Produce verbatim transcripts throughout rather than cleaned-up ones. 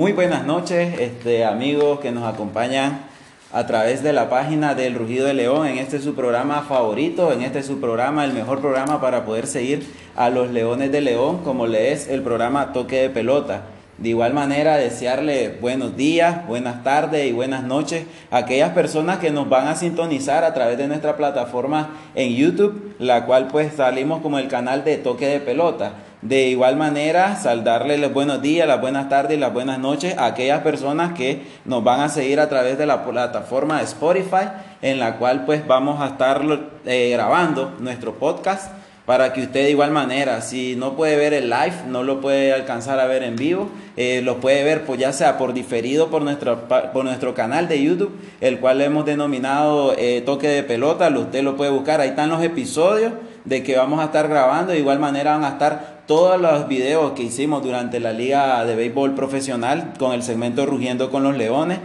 Muy buenas noches, este, amigos que nos acompañan a través de la página del Rugido de León en este su programa favorito, en este su programa, el mejor programa para poder seguir a los Leones de León, como le es el programa Toque de Pelota. De igual manera, desearle buenos días, buenas tardes y buenas noches a aquellas personas que nos van a sintonizar a través de nuestra plataforma en YouTube, la cual pues salimos como el canal de Toque de Pelota. De igual manera, darle los buenos días, las buenas tardes y las buenas noches a aquellas personas que nos van a seguir a través de la plataforma de Spotify, en la cual pues vamos a estar eh, grabando nuestro podcast para que usted de igual manera, si no puede ver el live, no lo puede alcanzar a ver en vivo, eh, lo puede ver pues ya sea por diferido por nuestro, por nuestro canal de YouTube, el cual hemos denominado eh, Toque de Pelota. Usted lo puede buscar, ahí están los episodios de que vamos a estar grabando. De igual manera van a estar todos los videos que hicimos durante la Liga de Béisbol Profesional con el segmento Rugiendo con los Leones,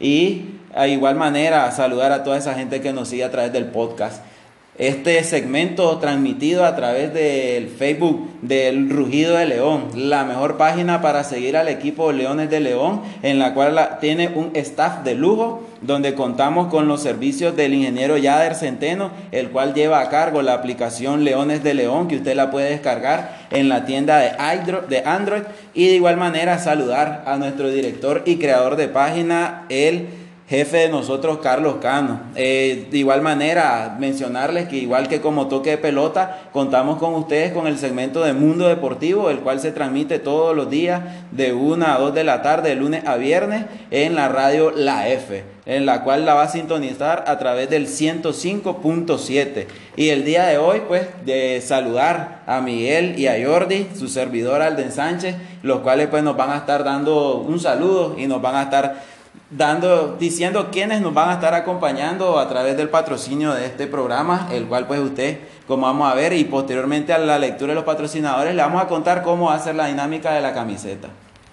y de igual manera saludar a toda esa gente que nos sigue a través del podcast. Este segmento transmitido a través del Facebook del Rugido de León, la mejor página para seguir al equipo Leones de León, en la cual la, tiene un staff de lujo, donde contamos con los servicios del ingeniero Yader Centeno, el cual lleva a cargo la aplicación Leones de León, que usted la puede descargar en la tienda de Android. Y de igual manera saludar a nuestro director y creador de página, el jefe de nosotros, Carlos Cano. Eh, de igual manera, mencionarles que igual que como Toque de Pelota, contamos con ustedes con el segmento de Mundo Deportivo, el cual se transmite todos los días de una a dos de la tarde, de lunes a viernes, en la radio La F, en la cual la va a sintonizar a través del ciento cinco punto siete. Y el día de hoy, pues, de saludar a Miguel y a Jordi, su servidor Alden Sánchez, los cuales pues nos van a estar dando un saludo y nos van a estar dando, diciendo quiénes nos van a estar acompañando a través del patrocinio de este programa, el cual pues usted, como vamos a ver, y posteriormente a la lectura de los patrocinadores, le vamos a contar cómo va a ser la dinámica de la camiseta.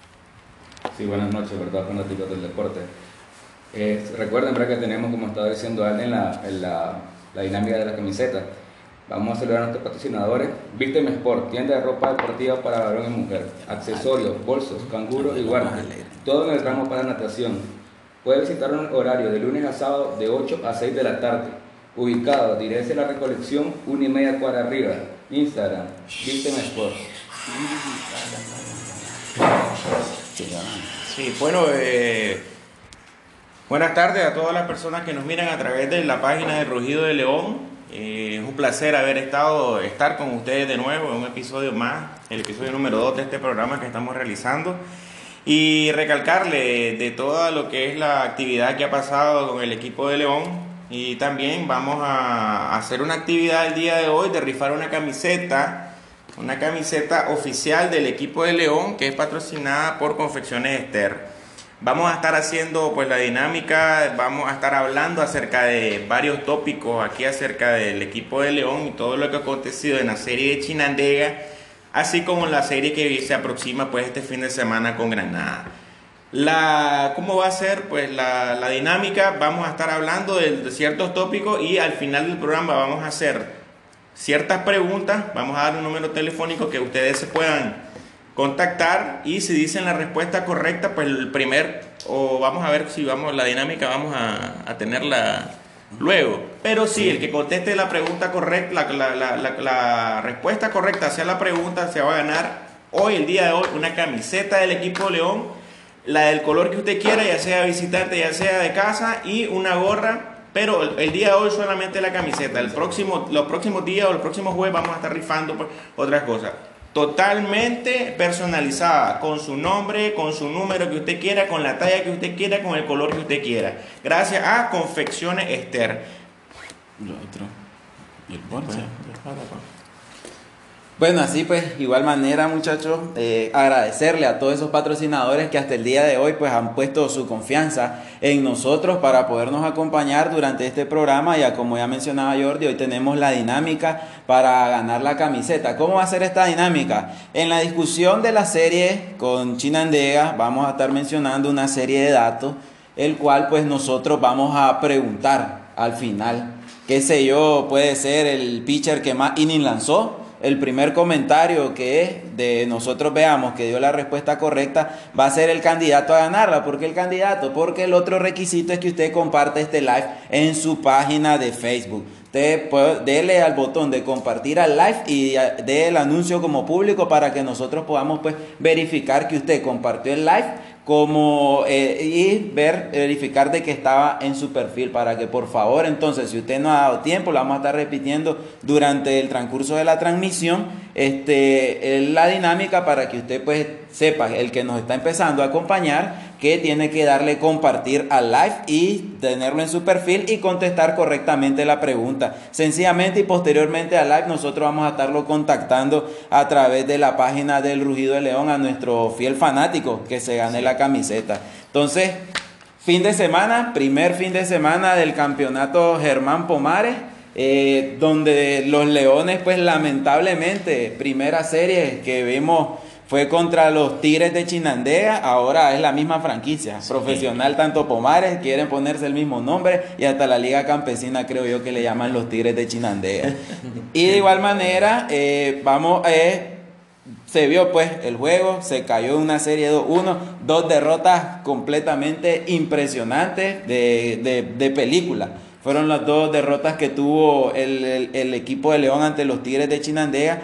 Sí, buenas noches, ¿verdad? Fanáticos del deporte. Eh, recuerden, ¿verdad?, que tenemos, como estaba diciendo Alden, la, la, la dinámica de la camiseta. Vamos a celebrar a nuestros patrocinadores: Vísteme Sport, tienda de ropa deportiva para varón y mujer, accesorios, bolsos, canguros y guantes, todo en el ramo para natación. Puede visitar un horario de lunes a sábado de ocho a seis de la tarde. Ubicado, direce la recolección, una y media cuadra arriba. Instagram, Vísteme Sport. Sí, bueno, eh, buenas tardes a todas las personas que nos miran a través de la página de Rugido de León. Eh, es un placer haber estado, estar con ustedes de nuevo en un episodio más, el episodio número dos de este programa que estamos realizando. Y recalcarle de todo lo que es la actividad que ha pasado con el equipo de León. Y también vamos a hacer una actividad el día de hoy de rifar una camiseta, una camiseta oficial del equipo de León, que es patrocinada por Confecciones Esther. Vamos a estar haciendo pues la dinámica, vamos a estar hablando acerca de varios tópicos aquí acerca del equipo de León y todo lo que ha acontecido en la serie de Chinandega, así como la serie que se aproxima pues este fin de semana con Granada. La, ¿Cómo va a ser pues la, la dinámica? Vamos a estar hablando de, de ciertos tópicos y al final del programa vamos a hacer ciertas preguntas. Vamos a dar un número telefónico que ustedes se puedan contactar, y si dicen la respuesta correcta, pues el primer, o vamos a ver si vamos, la dinámica vamos a, a tenerla luego. Pero sí, el que conteste la pregunta correcta, la, la, la, la, la respuesta correcta hacia la pregunta, se va a ganar hoy, el día de hoy, una camiseta del equipo León, la del color que usted quiera, ya sea visitante, ya sea de casa, y una gorra. Pero el, el día de hoy solamente la camiseta. El próximo, los próximos días o los próximos jueves vamos a estar rifando pues otras cosas. Totalmente personalizada, con su nombre, con su número que usted quiera, con la talla que usted quiera, con el color que usted quiera. Gracias a Confecciones Esther. Lo otro. Y el bolso. Bueno, así pues, igual manera, muchachos, eh, agradecerle a todos esos patrocinadores que hasta el día de hoy pues han puesto su confianza en nosotros para podernos acompañar durante este programa. Ya como ya mencionaba Jordi, hoy tenemos la dinámica para ganar la camiseta. ¿Cómo va a ser esta dinámica? En la discusión de la serie con Chinandega vamos a estar mencionando una serie de datos, el cual pues nosotros vamos a preguntar al final, qué sé yo, puede ser el pitcher que más inning lanzó, el primer comentario que de nosotros veamos que dio la respuesta correcta va a ser el candidato a ganarla. ¿Por qué el candidato? Porque el otro requisito es que usted comparte este live en su página de Facebook. Usted puede, dele al botón de compartir al live y dé el anuncio como público para que nosotros podamos pues verificar que usted compartió el live como eh, y ver, verificar de que estaba en su perfil, para que por favor, entonces, si usted no ha dado tiempo, lo vamos a estar repitiendo durante el transcurso de la transmisión, este, la dinámica para que usted pues sepa, el que nos está empezando a acompañar, que tiene que darle compartir al live y tenerlo en su perfil y contestar correctamente la pregunta. Sencillamente y posteriormente al live nosotros vamos a estarlo contactando a través de la página del Rugido de León a nuestro fiel fanático que se gane la camiseta. Entonces, fin de semana, primer fin de semana del campeonato Germán Pomares, eh, donde los Leones pues lamentablemente, primera serie que vimos fue contra los Tigres de Chinandega. Ahora es la misma franquicia, sí, profesional, tanto Pomares, quieren ponerse el mismo nombre, y hasta la Liga Campesina creo yo que le llaman los Tigres de Chinandega. Y de igual manera, eh, vamos, eh, se vio pues el juego, se cayó en una serie dos uno, dos derrotas completamente impresionantes de, de, de película. Fueron las dos derrotas que tuvo el, el, el equipo de León ante los Tigres de Chinandega.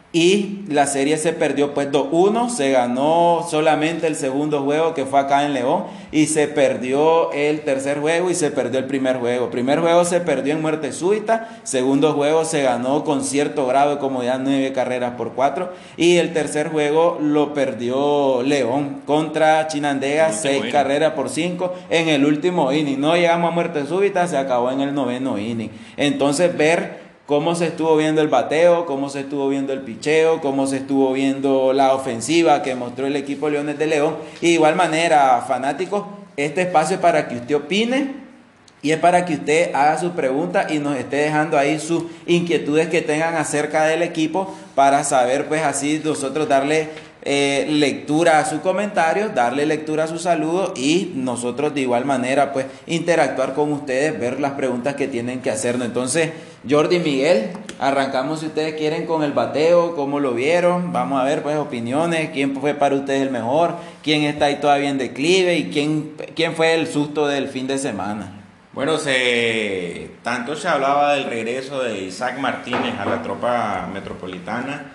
Y la serie se perdió pues dos uno, se ganó solamente el segundo juego que fue acá en León y se perdió el tercer juego y se perdió el primer juego. Primer juego se perdió en muerte súbita, segundo juego se ganó con cierto grado de comodidad, nueve carreras por cuatro, y el tercer juego lo perdió León contra Chinandega, seis carreras por cinco en el último inning. No llegamos a muerte súbita, se acabó en el noveno inning. Entonces ver cómo se estuvo viendo el bateo, cómo se estuvo viendo el picheo, cómo se estuvo viendo la ofensiva que mostró el equipo Leones de León. Y de igual manera, fanáticos, este espacio es para que usted opine y es para que usted haga sus preguntas y nos esté dejando ahí sus inquietudes que tengan acerca del equipo, para saber pues así nosotros darle eh, lectura a sus comentarios, darle lectura a sus saludos y nosotros de igual manera pues interactuar con ustedes, ver las preguntas que tienen que hacernos. Entonces, Jordi, Miguel, arrancamos si ustedes quieren con el bateo, cómo lo vieron, vamos a ver pues opiniones, quién fue para ustedes el mejor, quién está ahí todavía en declive y quién, quién fue el susto del fin de semana. Bueno, se, tanto se hablaba del regreso de Isaac Martínez a la tropa metropolitana,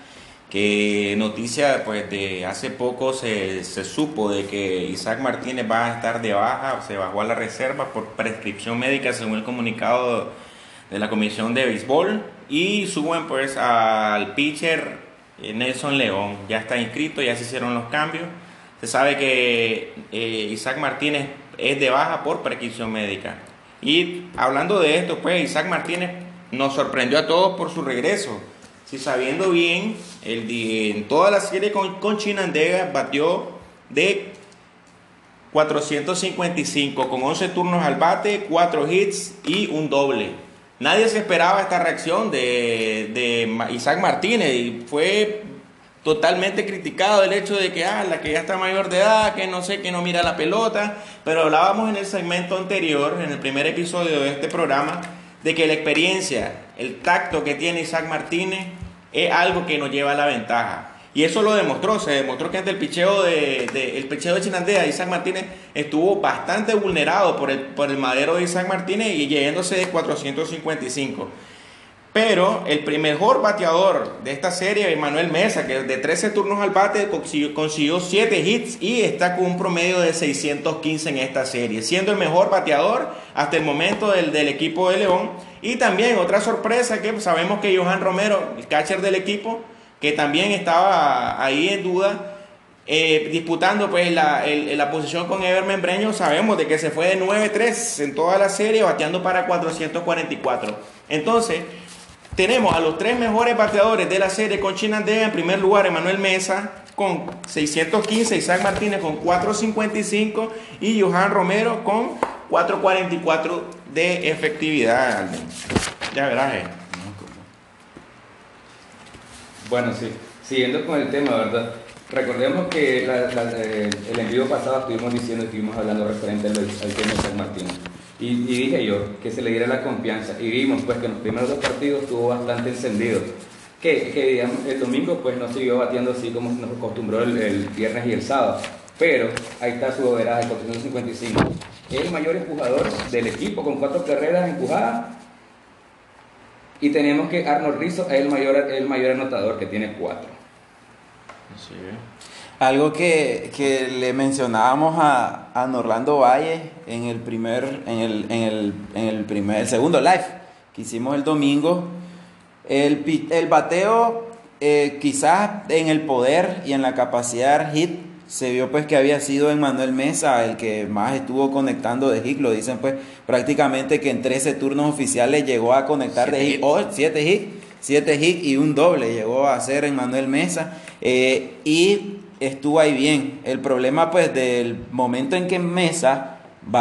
que noticia pues de hace poco se, se supo de que Isaac Martínez va a estar de baja, se bajó a la reserva por prescripción médica según el comunicado de la Comisión de Béisbol, y suben pues al pitcher Nelson León, ya está inscrito, ya se hicieron los cambios. Se sabe que eh, Isaac Martínez es de baja por prescripción médica. Y hablando de esto, pues Isaac Martínez nos sorprendió a todos por su regreso. Si sabiendo bien, el, en toda la serie con, con Chinandega batió de cuatrocientos cincuenta y cinco, con once turnos al bate, cuatro hits y un doble. Nadie se esperaba esta reacción de, de Isaac Martínez y fue totalmente criticado el hecho de que, ah, la que ya está mayor de edad, que no sé, que no mira la pelota. Pero hablábamos en el segmento anterior, en el primer episodio de este programa, de que la experiencia, el tacto que tiene Isaac Martínez es algo que nos lleva a la ventaja. Y eso lo demostró, se demostró que ante el picheo de, de, el picheo de Chinandega, Isaac Martínez estuvo bastante vulnerado por el, por el madero de Isaac Martínez y yéndose de cuatrocientos cincuenta y cinco. Pero el mejor bateador de esta serie, Manuel Mesa, que de trece turnos al bate consiguió, consiguió siete hits y está con un promedio de seiscientos quince en esta serie, siendo el mejor bateador hasta el momento del, del equipo de León. Y también otra sorpresa, que sabemos que Johan Romero, el catcher del equipo, que también estaba ahí en duda, eh, disputando pues la, el, la posición con Ever Membreño. Sabemos de que se fue de nueve tres en toda la serie, bateando para cuatrocientos cuarenta y cuatro. Entonces, tenemos a los tres mejores bateadores de la serie con Chinandega. En primer lugar, Emanuel Mesa con seiscientos quince, Isaac Martínez con cuatrocientos cincuenta y cinco y Johan Romero con cuatrocientos cuarenta y cuatro de efectividad. Ya verás, eh. Bueno, sí, siguiendo con el tema, ¿verdad? Recordemos que la, la, eh, el envío pasado estuvimos diciendo, estuvimos hablando referente al, al tema de San Martín. Y, y dije yo que se le diera la confianza. Y vimos pues que en los primeros dos partidos estuvo bastante encendido. que, que digamos, el domingo pues no siguió batiendo así como nos acostumbró el, el viernes y el sábado, pero ahí está su overaje, cuatrocientos cincuenta y cinco. Es el mayor empujador del equipo con cuatro carreras empujadas. Y tenemos que Arnold Rizzo es el mayor, el mayor anotador, que tiene cuatro. Sí. Algo que, que le mencionábamos a, a Norlando Valle en el primer, en el, en el, en el primer, el segundo live que hicimos el domingo, el, el bateo eh, quizás en el poder y en la capacidad de dar hit se vio pues que había sido Emmanuel Mesa el que más estuvo conectando de hit, lo dicen pues prácticamente que en trece turnos oficiales llegó a conectar de hit, oh, siete hits, siete hits y un doble llegó a hacer Emmanuel Mesa, eh, y estuvo ahí bien. El problema pues del momento en que Mesa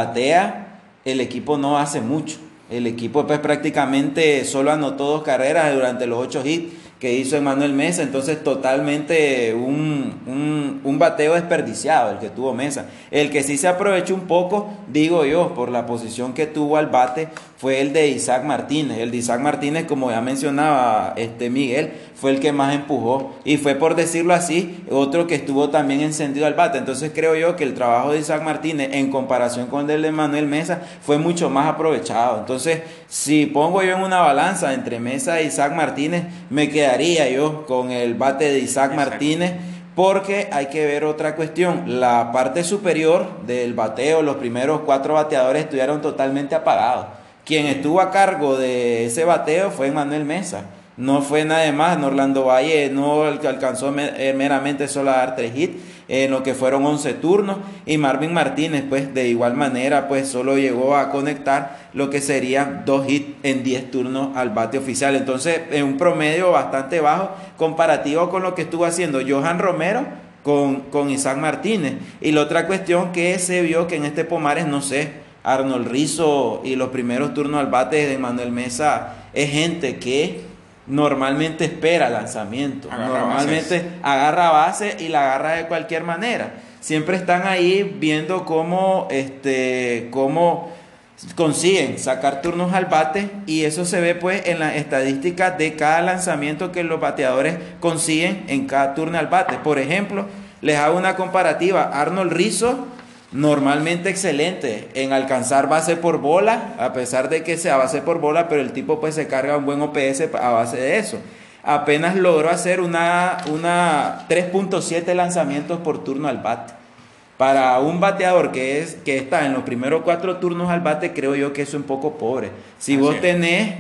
batea, el equipo no hace mucho, el equipo pues prácticamente solo anotó dos carreras durante los ocho hits que hizo Emmanuel Mesa, entonces totalmente un, un, un bateo desperdiciado el que tuvo Mesa. El que sí se aprovechó un poco, digo yo, por la posición que tuvo al bate, fue el de Isaac Martínez. El de Isaac Martínez, como ya mencionaba este Miguel, fue el que más empujó y fue, por decirlo así, otro que estuvo también encendido al bate. Entonces creo yo que el trabajo de Isaac Martínez en comparación con el de Emmanuel Mesa fue mucho más aprovechado. Entonces, si pongo yo en una balanza entre Mesa e Isaac Martínez, me quedaría yo con el bate de Isaac Exacto. Martínez, porque hay que ver otra cuestión. La parte superior del bateo, los primeros cuatro bateadores estuvieron totalmente apagados. Quien estuvo a cargo de ese bateo fue Emmanuel Mesa. No fue nada más. Norlando Valle no alcanzó meramente solo a dar tres hits en lo que fueron once turnos, y Marvin Martínez pues de igual manera pues solo llegó a conectar lo que serían dos hits en diez turnos al bate oficial. Entonces en un promedio bastante bajo comparativo con lo que estuvo haciendo Johan Romero con, con Isaac Martínez. Y la otra cuestión que se vio que en este Pomares, no sé, Arnold Rizzo y los primeros turnos al bate de Manuel Mesa es gente que normalmente espera lanzamiento, agarra normalmente bases. agarra base y la agarra de cualquier manera. Siempre están ahí viendo cómo, este, cómo consiguen sacar turnos al bate, y eso se ve pues en las estadísticas de cada lanzamiento que los bateadores consiguen en cada turno al bate. Por ejemplo, les hago una comparativa. Arnold Rizzo normalmente excelente en alcanzar base por bola, a pesar de que sea base por bola, pero el tipo pues se carga un buen O P S a base de eso. Apenas logró hacer una, una tres punto siete lanzamientos por turno al bate. Para un bateador que es que está en los primeros cuatro turnos al bate, creo yo que eso es un poco pobre. Si Así vos es. tenés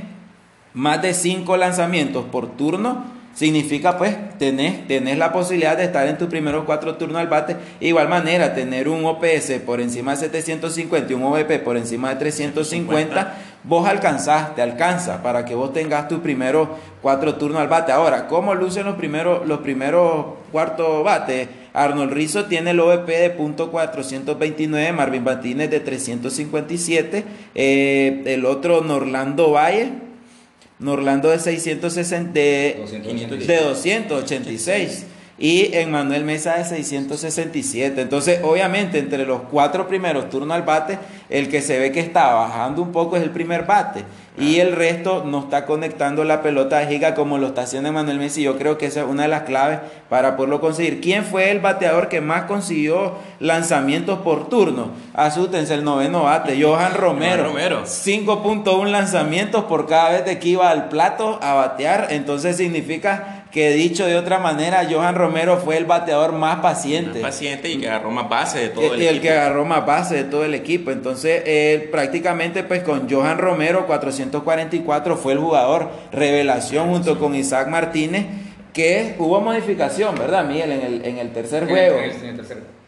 más de cinco lanzamientos por turno, significa pues tenés, tenés la posibilidad de estar en tus primeros cuatro turnos al bate. Igual manera, tener un O P S por encima de setecientos cincuenta y un O V P por encima de trescientos cincuenta, vos alcanzás, te alcanza para que vos tengas tus primeros cuatro turnos al bate. Ahora, ¿cómo lucen los primeros, los primeros cuartos bates? Arnold Rizzo tiene el O V P de punto cuatrocientos veintinueve, Marvin Martínez de trescientos cincuenta y siete, eh, el otro Norlando Valle, Norlando de seiscientos sesenta, de, de doscientos ochenta y seis, y Emmanuel Mesa de seiscientos sesenta y siete. Entonces obviamente entre los cuatro primeros turnos al bate, el que se ve que está bajando un poco es el primer bate, y el resto no está conectando la pelota de giga como lo está haciendo Emmanuel Mesa, y yo creo que esa es una de las claves para poderlo conseguir. ¿Quién fue el bateador que más consiguió lanzamientos por turno? Asústense, el noveno bate, Johan Romero, Romero. cinco punto uno lanzamientos por cada vez de que iba al plato a batear. Entonces significa que, dicho de otra manera, Johan Romero fue el bateador más paciente. Más paciente y que agarró más base de todo Y el, el, equipo. que agarró más base de todo el equipo. Entonces, él prácticamente pues con Johan Romero, cuatrocientos cuarenta y cuatro, fue el jugador revelación junto con Isaac Martínez, que hubo modificación, ¿verdad, Miguel? En el, en el tercer juego. En el, en el tercer.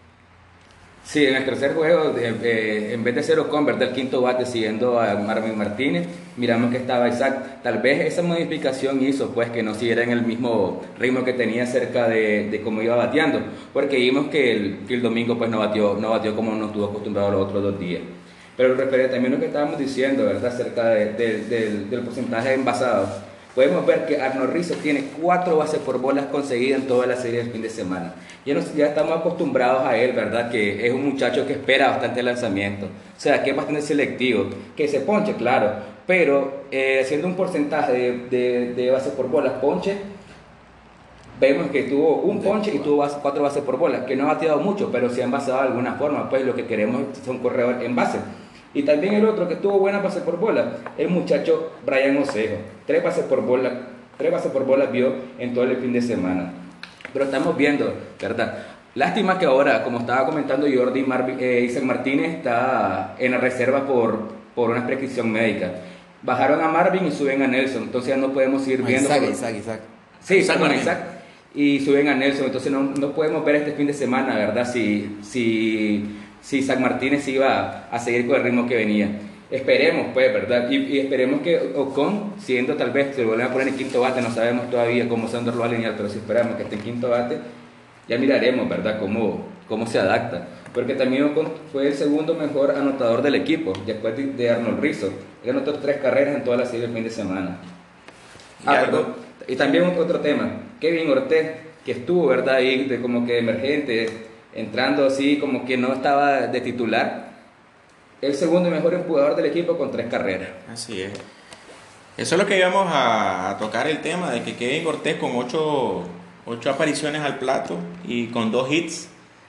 Sí, en el tercer juego, de, eh, en vez de ser Ocon, el quinto bate siguiendo a Marvin Martínez, miramos que estaba Isaac. Tal vez esa modificación hizo pues que no siguiera en el mismo ritmo que tenía cerca de, de cómo iba bateando, porque vimos que el, que el domingo pues no batió, no batió como nos estuvo acostumbrado los otros dos días. Pero referente también a lo que estábamos diciendo, ¿verdad?, acerca de, de, de, del porcentaje de envasados, podemos ver que Arnold Rizzo tiene cuatro bases por bolas conseguidas en toda la serie del fin de semana. Ya, nos, ya estamos acostumbrados a él, ¿verdad?, que es un muchacho que espera bastante lanzamiento, o sea, que es bastante selectivo, que se ponche, claro, pero eh, haciendo un porcentaje de, de, de bases por bolas, ponche, vemos que tuvo un ponche y tuvo base, cuatro bases por bola, que no ha bateado mucho, pero se han basado de alguna forma, pues lo que queremos es un corredor en base. Y también el otro que tuvo buena base por bola, el muchacho Brian Osejo, tres bases por bola, tres bases por bola vio en todo el fin de semana. Pero estamos viendo, ¿verdad? Lástima que ahora, como estaba comentando Jordi, Marvin, eh, Isaac Martínez está en la reserva por, por una prescripción médica. Bajaron a Marvin y suben a Nelson, entonces ya no podemos ir viendo... Isaac, por... Isaac, Isaac. Sí, Isaac, bueno, Isaac. Y suben a Nelson, entonces no, no podemos ver este fin de semana, ¿verdad? Si, si, si Isaac Martínez iba a seguir con el ritmo que venía. Esperemos, pues, ¿verdad? Y, y esperemos que Ocon, siendo tal vez, se lo vuelvan a poner en quinto bate, no sabemos todavía cómo Sandor lo va a alinear, pero si esperamos que esté en quinto bate, ya miraremos, ¿verdad?, cómo, cómo se adapta. Porque también Ocon fue el segundo mejor anotador del equipo, después de, de Arnold Rizzo. Él anotó tres carreras en toda la serie del fin de semana. Ah, Y perdón. Y también otro tema, Kevin Ortiz, que estuvo, ¿verdad?, ahí de como que emergente, entrando así como que no estaba de titular. El segundo mejor jugador del equipo con tres carreras. Así es. Eso es lo que íbamos a, a tocar el tema, de que Kevin Cortés con ocho, ocho apariciones al plato y con dos hits,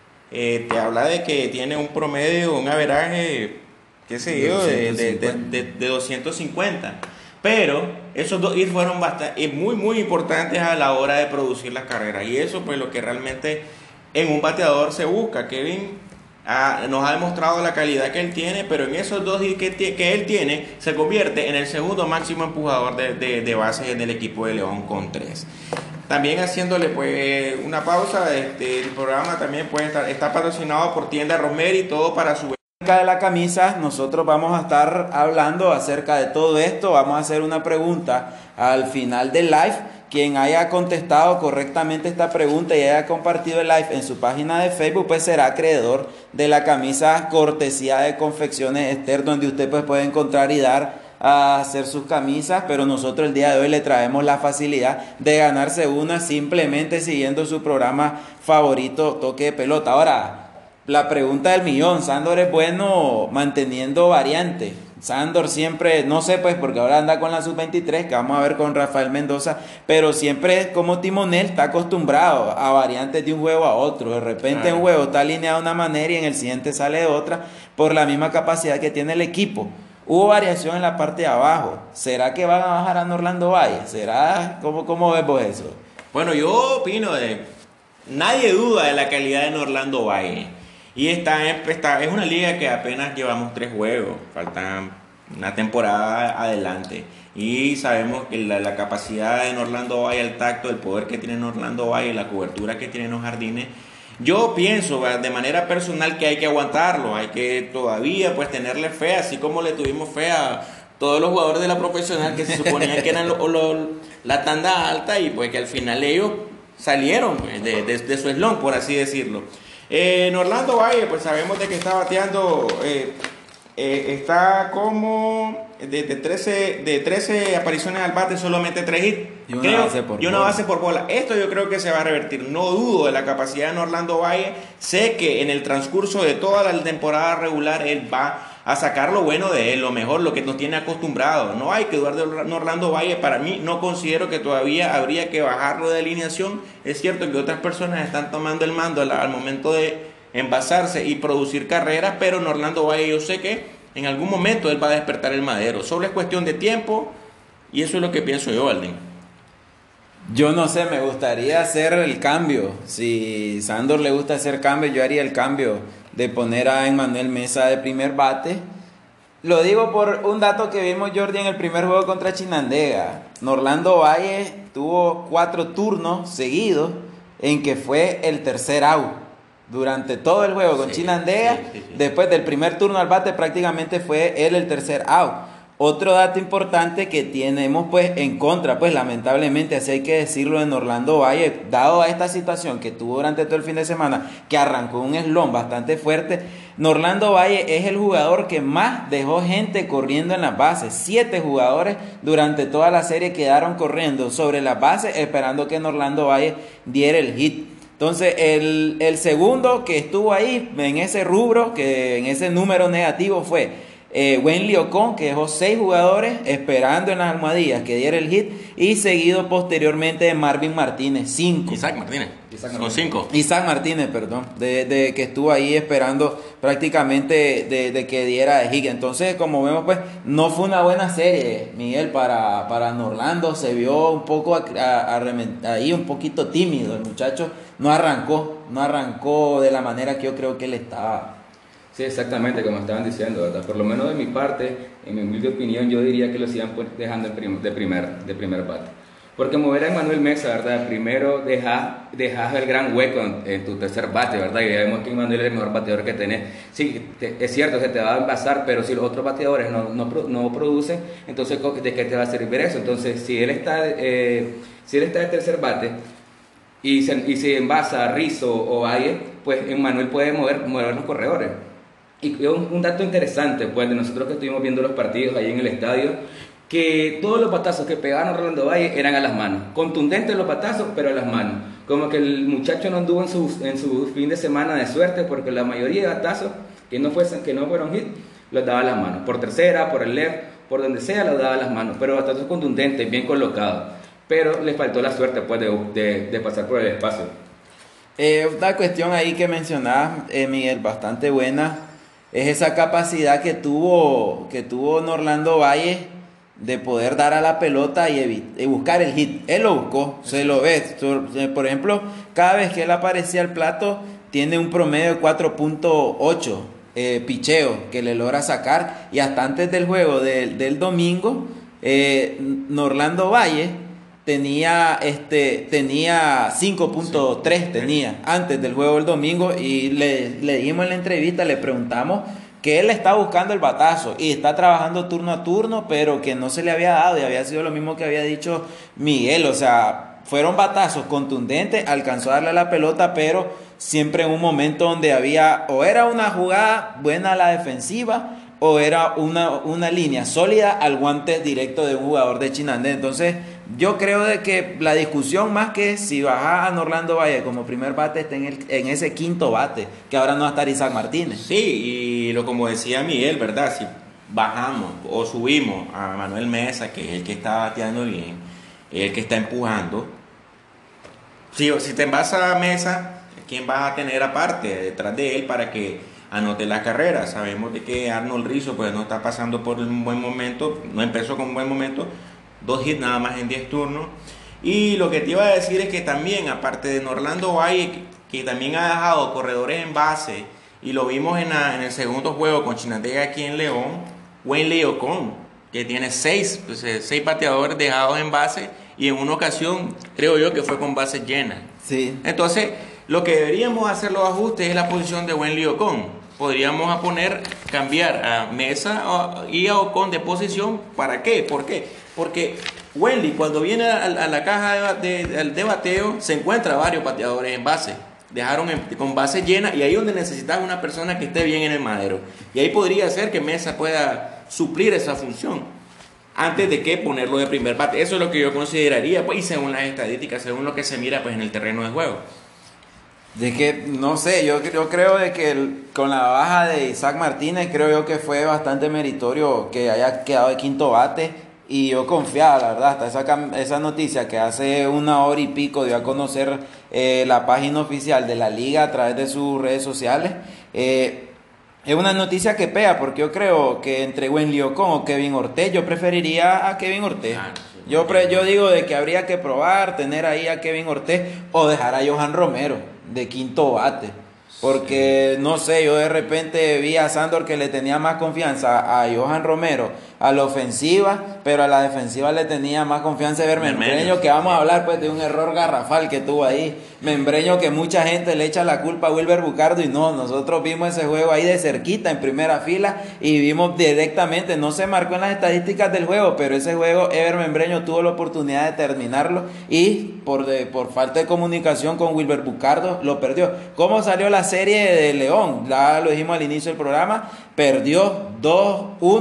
eh, te habla de que tiene un promedio, un averaje, qué sé yo, de, de, de, de, de doscientos cincuenta. Pero esos dos hits fueron bastante, muy, muy importantes a la hora de producir las carreras. Y eso pues lo que realmente en un bateador se busca. Kevin ah, nos ha demostrado la calidad que él tiene, pero en esos dos hits que, que él tiene, se convierte en el segundo máximo empujador de, de, de bases en el equipo de León con tres. También haciéndole pues una pausa, este, el programa también puede estar, está patrocinado por Tienda Rosemary, todo para su... De la camisa, nosotros vamos a estar hablando acerca de todo esto. Vamos a hacer una pregunta al final del live. Quien haya contestado correctamente esta pregunta y haya compartido el live en su página de Facebook, pues será acreedor de la camisa cortesía de Confecciones Esther, donde usted pues puede encontrar y dar a hacer sus camisas, pero nosotros el día de hoy le traemos la facilidad de ganarse una simplemente siguiendo su programa favorito, Toque de Pelota. Ahora, la pregunta del millón, ¿Sandor es bueno manteniendo variante? Sandor siempre, no sé pues porque ahora anda con la sub veintitrés, que vamos a ver con Rafael Mendoza, pero siempre como timonel está acostumbrado a variantes de un juego a otro. De repente claro, un juego está alineado de una manera y en el siguiente sale de otra por la misma capacidad que tiene el equipo. Hubo variación en la parte de abajo. ¿Será que van a bajar a Norlando Valle? ¿Será? ¿Cómo, cómo ves vos eso? Bueno, yo opino de... Nadie duda de la calidad de Norlando Valle. Y está, está, es una liga que apenas llevamos tres juegos, faltan una temporada adelante. Y sabemos que la, la capacidad de Norlando Valle, el tacto, el poder que tiene Norlando Valle, la cobertura que tiene en los jardines. Yo pienso de manera personal que hay que aguantarlo, hay que todavía pues tenerle fe, así como le tuvimos fe a todos los jugadores de la profesional que se suponía que eran lo, lo, la tanda alta y pues que al final ellos salieron pues, de, de, de su eslón, por así decirlo. Eh, en Orlando Valle, pues sabemos de que está bateando, eh, eh, está como de, de, trece, de trece apariciones al bate, solamente tres hits. Y una, creo, base, por y una base por bola. Esto yo creo que se va a revertir. No dudo de la capacidad de Orlando Valle. Sé que en el transcurso de toda la temporada regular él va a sacar lo bueno de él, lo mejor, lo que nos tiene acostumbrado. No hay que dudar de Orlando Valle. Para mí no considero que todavía habría que bajarlo de alineación. Es cierto que otras personas están tomando el mando al momento de envasarse y producir carreras, pero en Orlando Valle yo sé que en algún momento él va a despertar el madero. Solo es cuestión de tiempo y eso es lo que pienso yo, Alden. Yo no sé, me gustaría hacer el cambio. Si Sandor le gusta hacer cambio, yo haría el cambio de poner a Emmanuel Mesa de primer bate. Lo digo por un dato que vimos, Jordi, en el primer juego contra Chinandega. Norlando Valle tuvo cuatro turnos seguidos en que fue el tercer out. Durante todo el juego con sí, Chinandega, sí, sí, sí. Después del primer turno al bate prácticamente fue él el tercer out. Otro dato importante que tenemos pues en contra, pues lamentablemente, así hay que decirlo, en Orlando Valle, dado a esta situación que tuvo durante todo el fin de semana, que arrancó un eslón bastante fuerte, Norlando Valle es el jugador que más dejó gente corriendo en las bases. Siete jugadores durante toda la serie quedaron corriendo sobre las bases esperando que Norlando Valle diera el hit. Entonces el, el segundo que estuvo ahí en ese rubro, que en ese número negativo fue eh, Wenly Ocon, que dejó seis jugadores esperando en las almohadillas que diera el hit, y seguido posteriormente de Marvin Martínez, cinco. Isaac Martínez, Isaac con Martínez. cinco. Isaac Martínez, perdón, de, de que estuvo ahí esperando prácticamente de, de que diera de hit. Entonces, como vemos, pues no fue una buena serie, Miguel, para, para Norlando. Se vio un poco a- a- a- ahí un poquito tímido. El muchacho no arrancó, no arrancó de la manera que yo creo que él estaba. Sí, exactamente, como estaban diciendo, ¿verdad? Por lo menos de mi parte, en mi humilde opinión, yo diría que lo sigan pues, dejando en prim- de primer, de primer bate. Porque mover a Emmanuel Mesa, ¿verdad? Primero dejas deja el gran hueco en, en tu tercer bate, ¿verdad? Y vemos que Emmanuel es el mejor bateador que tenés. Sí, te- es cierto, se te va a envasar, pero si los otros bateadores no, no, pro- no producen, entonces ¿de qué te va a servir eso? Entonces, si él está, eh, si él está de tercer bate y se, y se envasa a Rizzo o Valle, pues Emmanuel puede mover, mover los corredores. Y un, un dato interesante, pues, de nosotros que estuvimos viendo los partidos ahí en el estadio, que todos los patazos que pegaron Rolando Valle eran a las manos. Contundentes los patazos, pero a las manos. Como que el muchacho no anduvo en su, en su fin de semana de suerte, porque la mayoría de batazos que no, fuesen, que no fueron hit, los daba a las manos. Por tercera, por el left, por donde sea, los daba a las manos. Pero batazos contundentes, bien colocados. Pero le faltó la suerte, pues, de, de, de pasar por el espacio. Eh, una cuestión ahí que mencionabas, eh, Miguel, bastante buena, es esa capacidad que tuvo, que tuvo Norlando Valle de poder dar a la pelota y, evi- y buscar el hit. Él lo buscó, se lo ve. Su- eh, Por ejemplo, cada vez que él aparecía al plato, tiene un promedio de cuatro punto ocho eh, picheo que le logra sacar. Y hasta antes del juego del, del domingo, eh, Norlando Valle tenía este tenía cinco punto tres tenía antes del juego del domingo, y le, le dijimos en la entrevista, le preguntamos que él está buscando el batazo y está trabajando turno a turno, pero que no se le había dado, y había sido lo mismo que había dicho Miguel. O sea, fueron batazos contundentes, alcanzó a darle la pelota, pero siempre en un momento donde había, o era una jugada buena a la defensiva, o era una, una línea sólida al guante directo de un jugador de Chinandé. Entonces, yo creo de que la discusión, más que si baja a Norlando Valle como primer bate, está en, el, en ese quinto bate, que ahora no va a estar Isaac Martínez. Sí, y lo como decía Miguel, ¿verdad? Si bajamos o subimos a Manuel Mesa, que es el que está bateando bien, el que está empujando, si, si te envasa a Mesa, ¿quién vas a tener aparte detrás de él para que anote la carrera? Sabemos de que Arnold Rizzo pues no está pasando por un buen momento, no empezó con un buen momento, dos hits nada más en diez turnos. Y lo que te iba a decir es que también, aparte de Norlando Valle, que, que también ha dejado corredores en base, y lo vimos en, la, en el segundo juego con Chinandega aquí en León, Wenly Ocon, que tiene seis, pues, eh, seis bateadores dejados en base, y en una ocasión creo yo que fue con bases llenas. Sí. Entonces, lo que deberíamos hacer los ajustes es la posición de Wenly Ocon. Podríamos a poner, cambiar a Mesa o- y a Ocon de posición. ¿Para qué? ¿Por qué? Porque Wenly, cuando viene a, a la caja de, de, de bateo, se encuentra varios bateadores en base. Dejaron en- con base llena, y ahí es donde necesitas una persona que esté bien en el madero. Y ahí podría ser que Mesa pueda suplir esa función antes de que ponerlo de primer bate. Eso es lo que yo consideraría, pues, y según las estadísticas, según lo que se mira pues en el terreno de juego. De que, no sé, yo, yo creo de que el- con la baja de Isaac Martínez, creo yo que fue bastante meritorio que haya quedado de quinto bate, y yo confiaba, la verdad, hasta esa, cam- esa noticia que hace una hora y pico dio a conocer eh, la página oficial de la liga a través de sus redes sociales. eh, es una noticia que pega, porque yo creo que entre Wenly Ocon o Kevin Ortez, yo preferiría a Kevin Ortez. Ah, sí. Yo, pre- yo digo de que habría que probar, tener ahí a Kevin Ortez, o dejar a Johan Romero de quinto bate. Porque, no sé, yo de repente vi a Sandor que le tenía más confianza a Johan Romero a la ofensiva, pero a la defensiva le tenía más confianza a ver Membreño, Membreño, que sí. vamos a hablar pues de un error garrafal que tuvo ahí. Membreño, que mucha gente le echa la culpa a Wilber Bucardo, y no, nosotros vimos ese juego ahí de cerquita en primera fila y vimos directamente, no se marcó en las estadísticas del juego, pero ese juego Ever Membreño tuvo la oportunidad de terminarlo, y por, de, por falta de comunicación con Wilber Bucardo lo perdió. ¿Cómo salió la serie de León? Ya lo dijimos al inicio del programa, perdió dos uno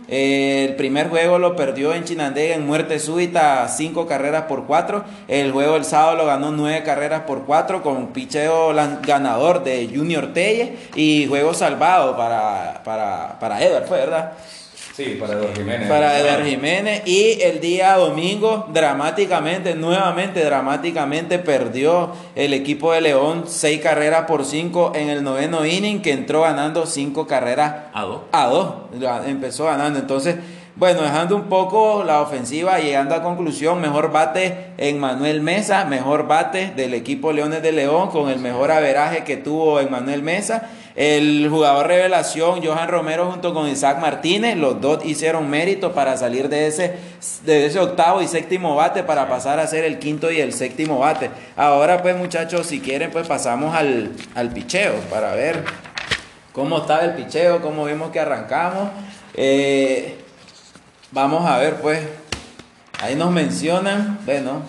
Eh, el primer juego lo perdió en Chinandega en muerte súbita, cinco carreras por cuatro. El juego el sábado lo ganó nueve carreras por cuatro con picheo ganador de Junior Telle y juego salvado para, para, para Edward, ¿fue verdad? Sí, para Edward Jiménez. Para Edward Jiménez. Y el día domingo, dramáticamente, nuevamente dramáticamente, perdió el equipo de León seis carreras por cinco en el noveno inning, que entró ganando cinco carreras a dos. A dos. Empezó ganando. Entonces, bueno, dejando un poco la ofensiva, llegando a conclusión, mejor bate en Manuel Mesa, mejor bate del equipo Leones de León, con el mejor averaje que tuvo en Manuel Mesa. El jugador revelación, Johan Romero, junto con Isaac Martínez, los dos hicieron mérito para salir de ese, de ese octavo y séptimo bate para pasar a ser el quinto y el séptimo bate. Ahora pues, muchachos, si quieren, pues pasamos al, al picheo para ver cómo estaba el picheo, cómo vimos que arrancamos. Eh, vamos a ver pues, ahí nos mencionan, bueno,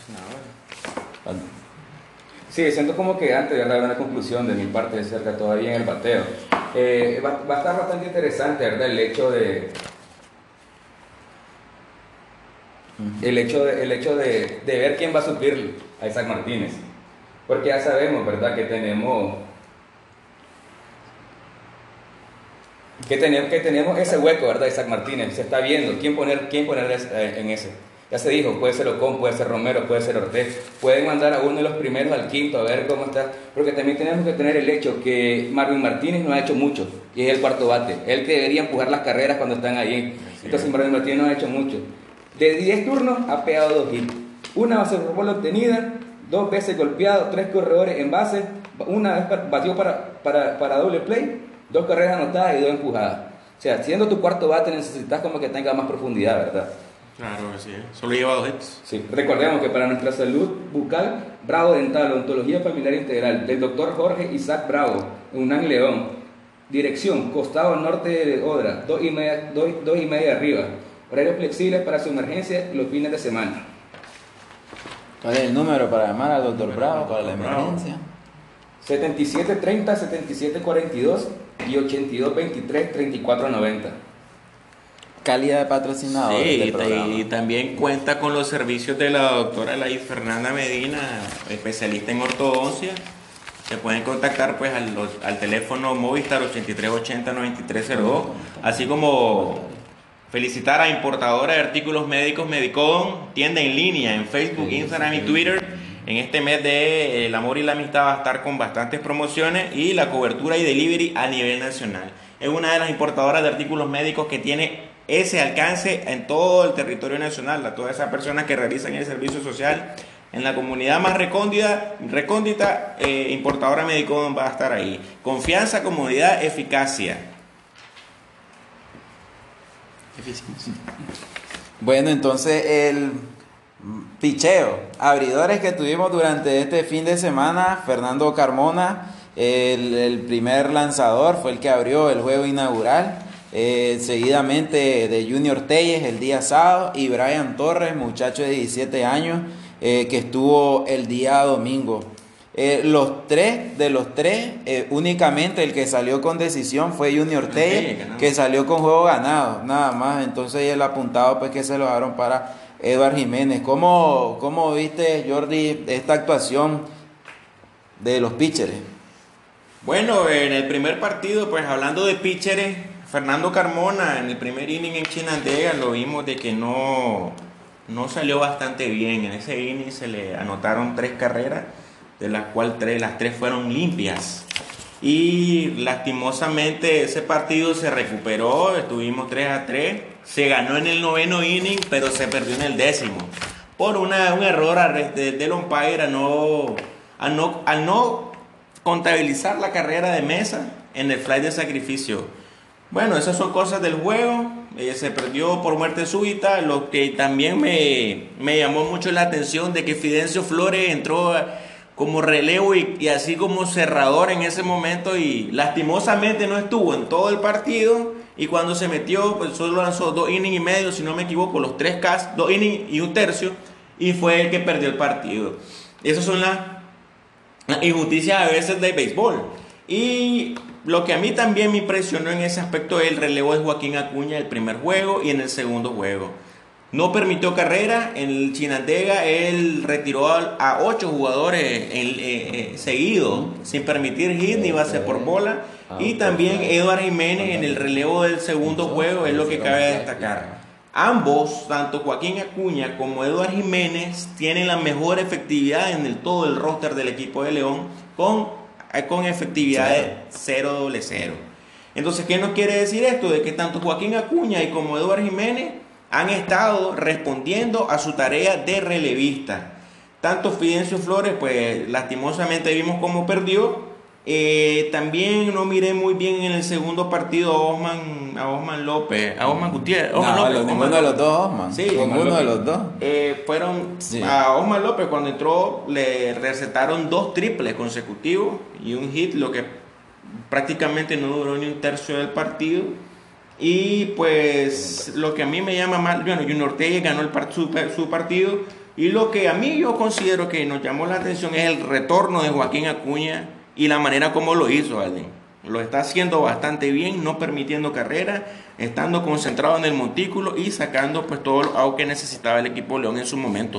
sí, siento como que antes de dar una conclusión de mi parte de cerca todavía en el bateo. Eh, va, va a estar bastante interesante, ¿verdad? El hecho de... El hecho, de, el hecho de, de ver quién va a suplir a Isaac Martínez. Porque ya sabemos, ¿verdad? Que tenemos... Que tenemos, que tenemos ese hueco, ¿verdad? Isaac Martínez. Se está viendo quién poner, quién poner en ese. Ya se dijo, puede ser Ocon, puede ser Romero, puede ser Ortiz. Pueden mandar a uno de los primeros al quinto a ver cómo está. Porque también tenemos que tener el hecho que Marvin Martínez no ha hecho mucho. Y es el cuarto bate. Él que debería empujar las carreras cuando están ahí. Entonces Marvin Martínez no ha hecho mucho. De diez turnos ha pegado dos hits. Una base por bola obtenida, dos veces golpeado, tres corredores en base. Una vez batió para, para, para doble play, dos carreras anotadas y dos empujadas. O sea, siendo tu cuarto bate necesitas como que tenga más profundidad, ¿verdad? Claro que sí, solo lleva dos hits. Sí, recordemos que para nuestra salud bucal, Bravo Dental, Odontología Familiar Integral, del doctor Jorge Isaac Bravo, Unán León. Dirección, costado norte de Odra, dos y media, dos, dos y media arriba. Horarios flexibles para su emergencia los fines de semana. ¿Cuál es el número para llamar al doctor Bravo para la emergencia? setenta y siete treinta, setenta y siete cuarenta y dos y ochenta y dos veintitrés treinta y cuatro noventa. Calidad de patrocinador. Sí, y, y también cuenta con los servicios de la doctora Laís Fernanda Medina, especialista en ortodoncia. Se pueden contactar pues al, al teléfono Movistar ochenta y tres ochenta noventa y tres cero dos, así como felicitar a importadora de artículos médicos Medicom, tienda en línea en Facebook, Instagram y Twitter. En este mes de El Amor y la Amistad va a estar con bastantes promociones y la cobertura y delivery a nivel nacional. Es una de las importadoras de artículos médicos que tiene ese alcance en todo el territorio nacional. A todas esas personas que realizan el servicio social en la comunidad más recóndita, recóndita eh, importadora Medicom va a estar ahí. Confianza, comodidad, eficacia. Eficiencia. Bueno, entonces el picheo, abridores que tuvimos durante este fin de semana, Fernando Carmona, el, el primer lanzador, fue el que abrió el juego inaugural. Eh, seguidamente de Junior Telles el día sábado y Brian Torres, muchacho de diecisiete años, eh, que estuvo el día domingo. Eh, los tres, de los tres, eh, únicamente el que salió con decisión fue Junior Telles, que salió con juego ganado, nada más. Entonces el apuntado pues que se lo dejaron para Edward Jiménez. ¿Cómo, cómo viste, Jordi, esta actuación de los pitchers? Bueno, en el primer partido, pues hablando de pitchers, Fernando Carmona en el primer inning en Chinandega lo vimos de que no, no salió bastante bien. En ese inning se le anotaron tres carreras, de las cuales tres, las tres fueron limpias. Y lastimosamente ese partido se recuperó, estuvimos tres a tres, se ganó en el noveno inning, pero se perdió en el décimo. Por una, un error del umpire a no, a no, al no contabilizar la carrera de Mesa en el fly de sacrificio. Bueno, esas son cosas del juego. Eh, se perdió por muerte súbita. Lo que también me, me llamó mucho la atención de que Fidencio Flores entró como relevo y, y así como cerrador en ese momento, y lastimosamente no estuvo en todo el partido, y cuando se metió pues solo lanzó dos innings y medio, si no me equivoco, los tres Ks, dos innings y un tercio, y fue el que perdió el partido. Esas son las, las injusticias a veces del béisbol. Y lo que a mí también me impresionó en ese aspecto es el relevo de Joaquín Acuña el primer juego y en el segundo juego. No permitió carrera, en el Chinandega él retiró a ocho jugadores en, eh, eh, seguidos, sin permitir hit ni base por bola. Y también Eduard Jiménez en el relevo del segundo juego es lo que cabe destacar. Ambos, tanto Joaquín Acuña como Eduard Jiménez, tienen la mejor efectividad en el, todo el roster del equipo de León con, con efectividad de cero doble cero. Entonces, ¿qué nos quiere decir esto? De que tanto Joaquín Acuña y como Eduard Jiménez han estado respondiendo a su tarea de relevista. Tanto Fidencio Flores, pues lastimosamente vimos cómo perdió. Eh, también no miré muy bien en el segundo partido a Osman, a Osman López, a Osman Gutiérrez. Osman no, López, ninguno Osman de López. los dos, Osman. Sí, ninguno de los dos. Eh, fueron sí. A Osman López cuando entró le recetaron dos triples consecutivos y un hit, lo que prácticamente no duró ni un tercio del partido. Y pues lo que a mí me llama más, bueno, Junior Telles ganó el part, su, su partido, y lo que a mí yo considero que nos llamó la atención es el retorno de Joaquín Acuña y la manera como lo hizo, Alden. Lo está haciendo bastante bien, no permitiendo carrera, estando concentrado en el montículo y sacando pues todo lo que necesitaba el equipo León en su momento.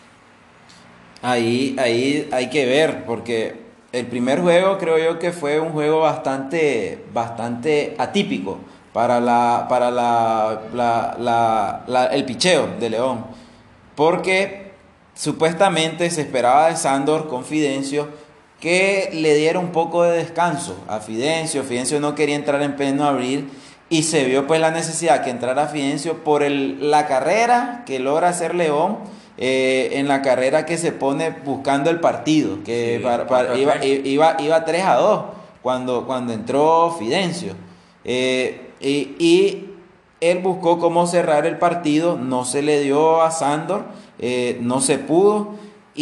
Ahí, ahí hay que ver, porque el primer juego creo yo que fue un juego bastante, bastante atípico para la, para la, la, la, la, el picheo de León, porque supuestamente se esperaba de Sándor con Fidencio que le diera un poco de descanso a Fidencio. Fidencio no quería entrar en pleno abril y se vio pues la necesidad que entrara Fidencio por el, la carrera que logra hacer León, eh, en la carrera que se pone buscando el partido, que sí, para, para, iba, iba, iba tres a dos cuando, cuando entró Fidencio. Eh, y, y él buscó cómo cerrar el partido, no se le dio a Sándor, eh, no se pudo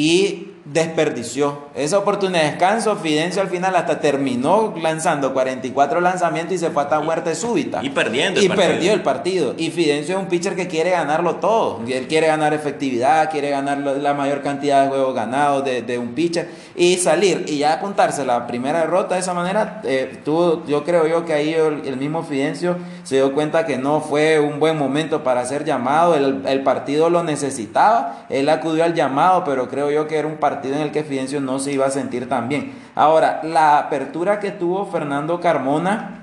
y desperdició esa oportunidad de descanso. Fidencio al final hasta terminó lanzando cuarenta y cuatro lanzamientos y se fue hasta muerte súbita y perdiendo el y partido. perdió el partido. Y Fidencio es un pitcher que quiere ganarlo todo, él quiere ganar efectividad, quiere ganar la mayor cantidad de juegos ganados de, de un pitcher y salir y ya apuntarse la primera derrota de esa manera. eh, tuvo, yo creo yo que ahí el, el mismo Fidencio se dio cuenta que no fue un buen momento para ser llamado. el, el partido lo necesitaba, él acudió al llamado, pero creo yo que era un partido en el que Fidencio no se iba a sentir tan bien. Ahora, la apertura que tuvo Fernando Carmona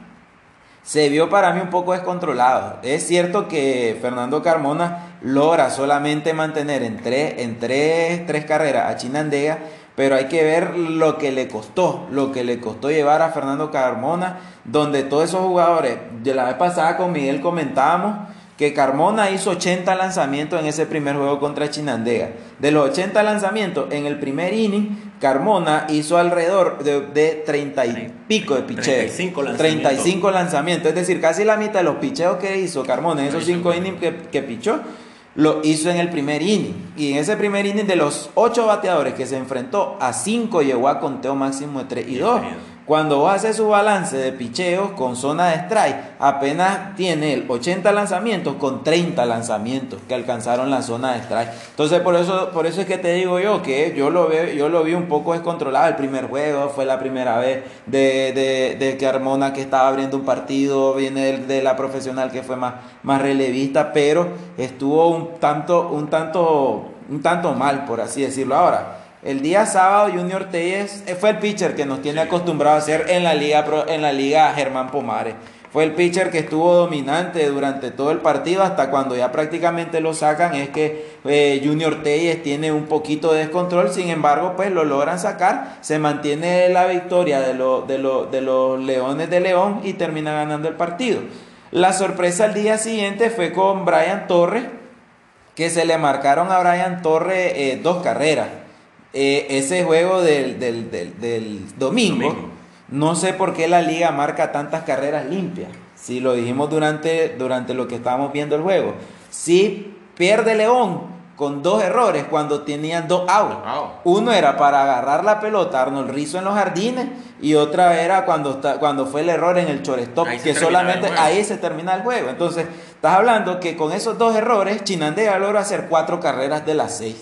se vio para mí un poco descontrolado. Es cierto que Fernando Carmona logra solamente mantener en tres, en tres, tres carreras a Chinandega, pero hay que ver lo que le costó, lo que le costó llevar a Fernando Carmona, donde todos esos jugadores, de la vez pasada con Miguel comentábamos que Carmona hizo ochenta lanzamientos en ese primer juego contra Chinandega. De los ochenta lanzamientos en el primer inning, Carmona hizo alrededor de, de treinta y pico de picheos. treinta y cinco lanzamientos. treinta y cinco lanzamientos. Es decir, casi la mitad de los picheos que hizo Carmona en esos cinco innings que, que pichó, lo hizo en el primer inning. Y en ese primer inning, de los ocho bateadores que se enfrentó, a cinco llegó a conteo máximo de tres y dos. Cuando vos haces su balance de picheos con zona de strike, apenas tiene el ochenta lanzamientos con treinta lanzamientos que alcanzaron la zona de strike. Entonces por eso, por eso es que te digo yo que yo lo veo, yo lo vi un poco descontrolado. El primer juego fue la primera vez de, de, de Carmona, que estaba abriendo un partido, viene de, de la profesional que fue más, más relevista, pero estuvo un tanto, un tanto, un tanto mal, por así decirlo. Ahora, el día sábado Junior Telles fue el pitcher que nos tiene acostumbrado a hacer en la liga, en la liga Germán Pomares. Fue el pitcher que estuvo dominante durante todo el partido, hasta cuando ya prácticamente lo sacan es que eh, Junior Telles tiene un poquito de descontrol. Sin embargo, pues lo logran sacar, se mantiene la victoria de, lo, de, lo, de los Leones de León y termina ganando el partido. La sorpresa al día siguiente fue con Brian Torres, que se le marcaron a Brian Torres eh, dos carreras. Eh, ese juego del, del, del, del domingo, domingo, no sé por qué la liga marca tantas carreras limpias. Si lo dijimos durante, durante lo que estábamos viendo el juego. Si pierde León con dos errores cuando tenían dos outs. Wow. Uno era para agarrar la pelota Arnold Rizzo en los jardines, y otra era cuando, cuando fue el error en el shortstop, que solamente ahí se termina el juego. Entonces, estás hablando que con esos dos errores, Chinandega logra hacer cuatro carreras de las seis.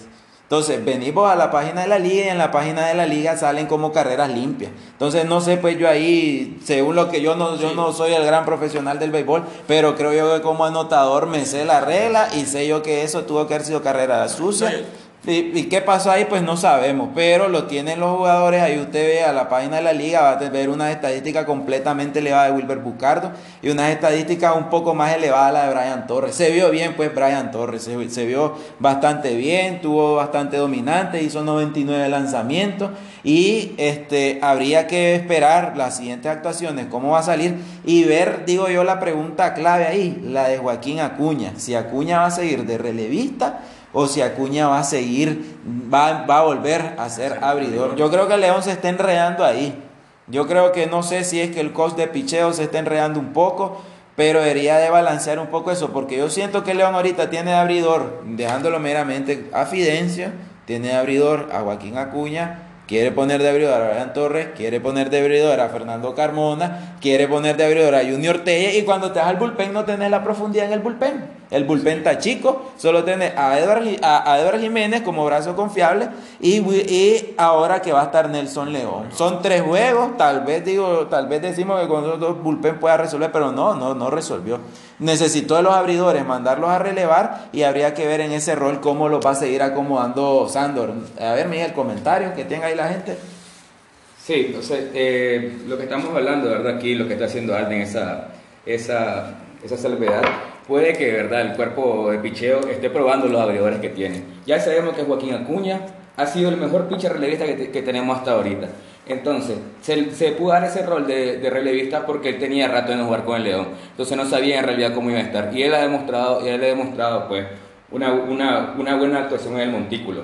Entonces, venimos a la página de la liga y en la página de la liga salen como carreras limpias. Entonces, no sé, pues yo ahí, según lo que yo no, yo no soy el gran profesional del béisbol, pero creo yo que como anotador me sé la regla y sé yo que eso tuvo que haber sido carrera sucia. ¿Y, y qué pasó ahí? Pues no sabemos, pero lo tienen los jugadores. Ahí usted ve a la página de la liga, va a ver unas estadísticas completamente elevadas de Wilber Bucardo y unas estadísticas un poco más elevadas la de Brian Torres. Se vio bien, pues Brian Torres, se, se vio bastante bien, tuvo bastante dominante, hizo noventa y nueve lanzamientos y este, habría que esperar las siguientes actuaciones, cómo va a salir y ver, digo yo, la pregunta clave ahí, la de Joaquín Acuña, si Acuña va a seguir de relevista o si Acuña va a seguir, va, va a volver a ser abridor. Yo creo que León se está enredando ahí. Yo creo que no sé si es que el coach de picheo se está enredando un poco, pero debería de balancear un poco eso, porque yo siento que León ahorita tiene de abridor, dejándolo meramente a Fidencio, tiene de abridor a Joaquín Acuña, quiere poner de abridor a Brian Torres, quiere poner de abridor a Fernando Carmona, quiere poner de abridor a Junior Telle, y cuando te vas al bullpen no tenés la profundidad en el bullpen. El bullpen está chico, solo tenés a Edward, a, a Edward Jiménez como brazo confiable y, y ahora que va a estar Nelson León. Son tres juegos, tal vez digo, tal vez decimos que con los dos bullpen pueda resolver, pero no, no, no resolvió. Necesitó de los abridores mandarlos a relevar y habría que ver en ese rol cómo lo va a seguir acomodando Sandor. A ver, Miguel, comentarios que tenga ahí la gente. Sí, entonces, eh, lo que estamos hablando, ¿verdad? Aquí, lo que está haciendo Alden, esa, esa, esa salvedad, puede que, ¿verdad?, el cuerpo de picheo esté probando los abridores que tiene. Ya sabemos que Joaquín Acuña ha sido el mejor pitcher relevista que, te, que tenemos hasta ahorita. Entonces, se, se pudo dar ese rol de, de relevista porque él tenía rato de no jugar con el León. Entonces no sabía en realidad cómo iba a estar. Y él ha demostrado, y él ha demostrado pues, una, una, una buena actuación en el montículo.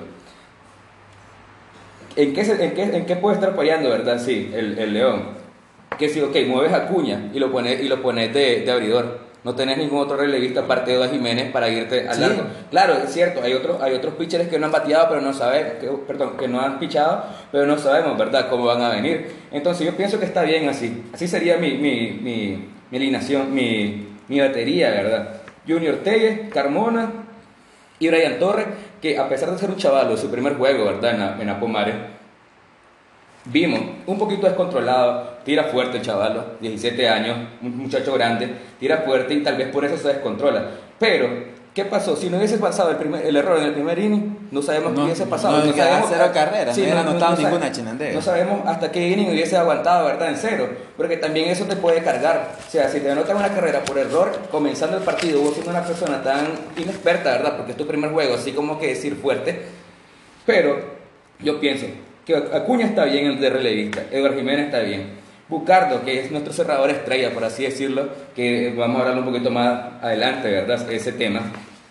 ¿En qué, se, en, qué, ¿En qué puede estar fallando, verdad? Sí, el, el León. Que si, ok, mueves a Acuña y lo pones, y lo pones de, de abridor. No tenés ningún otro relevista aparte de Oda Jiménez para irte al largo. Sí. Claro, es cierto, hay otros, hay otros pitchers que no han bateado, pero no sabemos, que, perdón, que no han pichado, pero no sabemos, ¿verdad?, cómo van a venir. Entonces yo pienso que está bien así. Así sería mi, mi, mi, mi alineación, mi, mi batería, ¿verdad? Junior Telle, Carmona y Brian Torres, que a pesar de ser un chavalo, su primer juego, ¿verdad?, en, en Apomares, vimos un poquito descontrolado, tira fuerte el chavalo, diecisiete años, un muchacho grande, tira fuerte y tal vez por eso se descontrola. Pero, ¿qué pasó? Si no hubiese pasado el, primer, el error en el primer inning, no sabemos no, qué hubiese pasado. No, no sabemos cero carreras, sí, no hubiera no, anotado no, ninguna no, chinandega. No sabemos hasta qué inning hubiese aguantado, ¿verdad?, en cero, porque también eso te puede cargar. O sea, si te anotan una carrera por error, comenzando el partido, vos siendo una persona tan inexperta, ¿verdad?, porque es tu primer juego, así como que decir fuerte, pero yo pienso que Acuña está bien el de relevista, Edward Jiménez está bien, Bucardo, que es nuestro cerrador estrella, por así decirlo, que vamos a hablar un poquito más adelante, ¿verdad?, ese tema,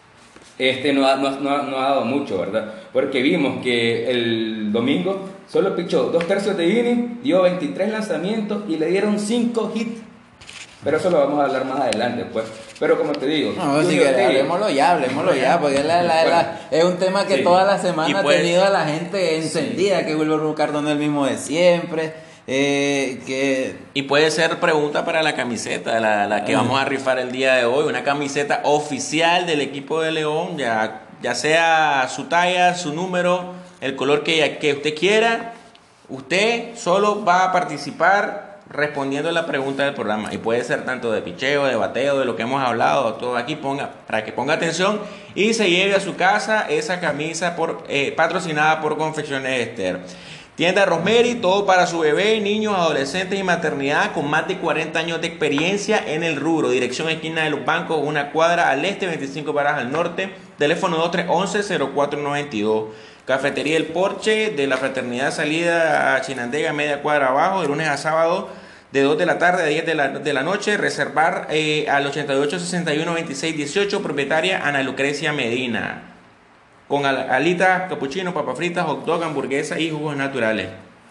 este no ha, no, no, no ha dado mucho, ¿verdad?, porque vimos que el domingo solo pichó dos tercios de inning, dio veintitrés lanzamientos y le dieron cinco hits. Pero eso lo vamos a hablar más adelante, pues. Pero como te digo... No, si querés, hablemoslo ya, hablemoslo ya, porque la, la, la, es un tema que sí, toda la semana puede, ha tenido a la gente encendida, sí, que Wilber Bucardo no es el mismo de siempre, eh, que... Y puede ser pregunta para la camiseta, la, la que vamos a rifar el día de hoy, una camiseta oficial del equipo de León, ya, ya sea su talla, su número, el color que, que usted quiera, usted solo va a participar respondiendo a la pregunta del programa, y puede ser tanto de picheo, de bateo, de lo que hemos hablado, todo aquí, ponga, para que ponga atención y se lleve a su casa esa camisa por, eh, patrocinada por Confecciones Esther. Tienda Rosemary, todo para su bebé, niños, adolescentes y maternidad, con más de cuarenta años de experiencia en el rubro. Dirección esquina de los bancos, una cuadra al este, veinticinco paradas al norte. Teléfono dos tres uno uno, cero cuatro nueve dos. Cafetería El Porche, de la Fraternidad, salida a Chinandega, media cuadra abajo, de lunes a sábado, de dos de la tarde a diez de la, de la noche. Reservar eh, al ochenta y ocho, sesenta y uno, veintiséis, dieciocho. Propietaria Ana Lucrecia Medina. Con alitas, capuchino, papas fritas, hot dog, hamburguesa y jugos naturales.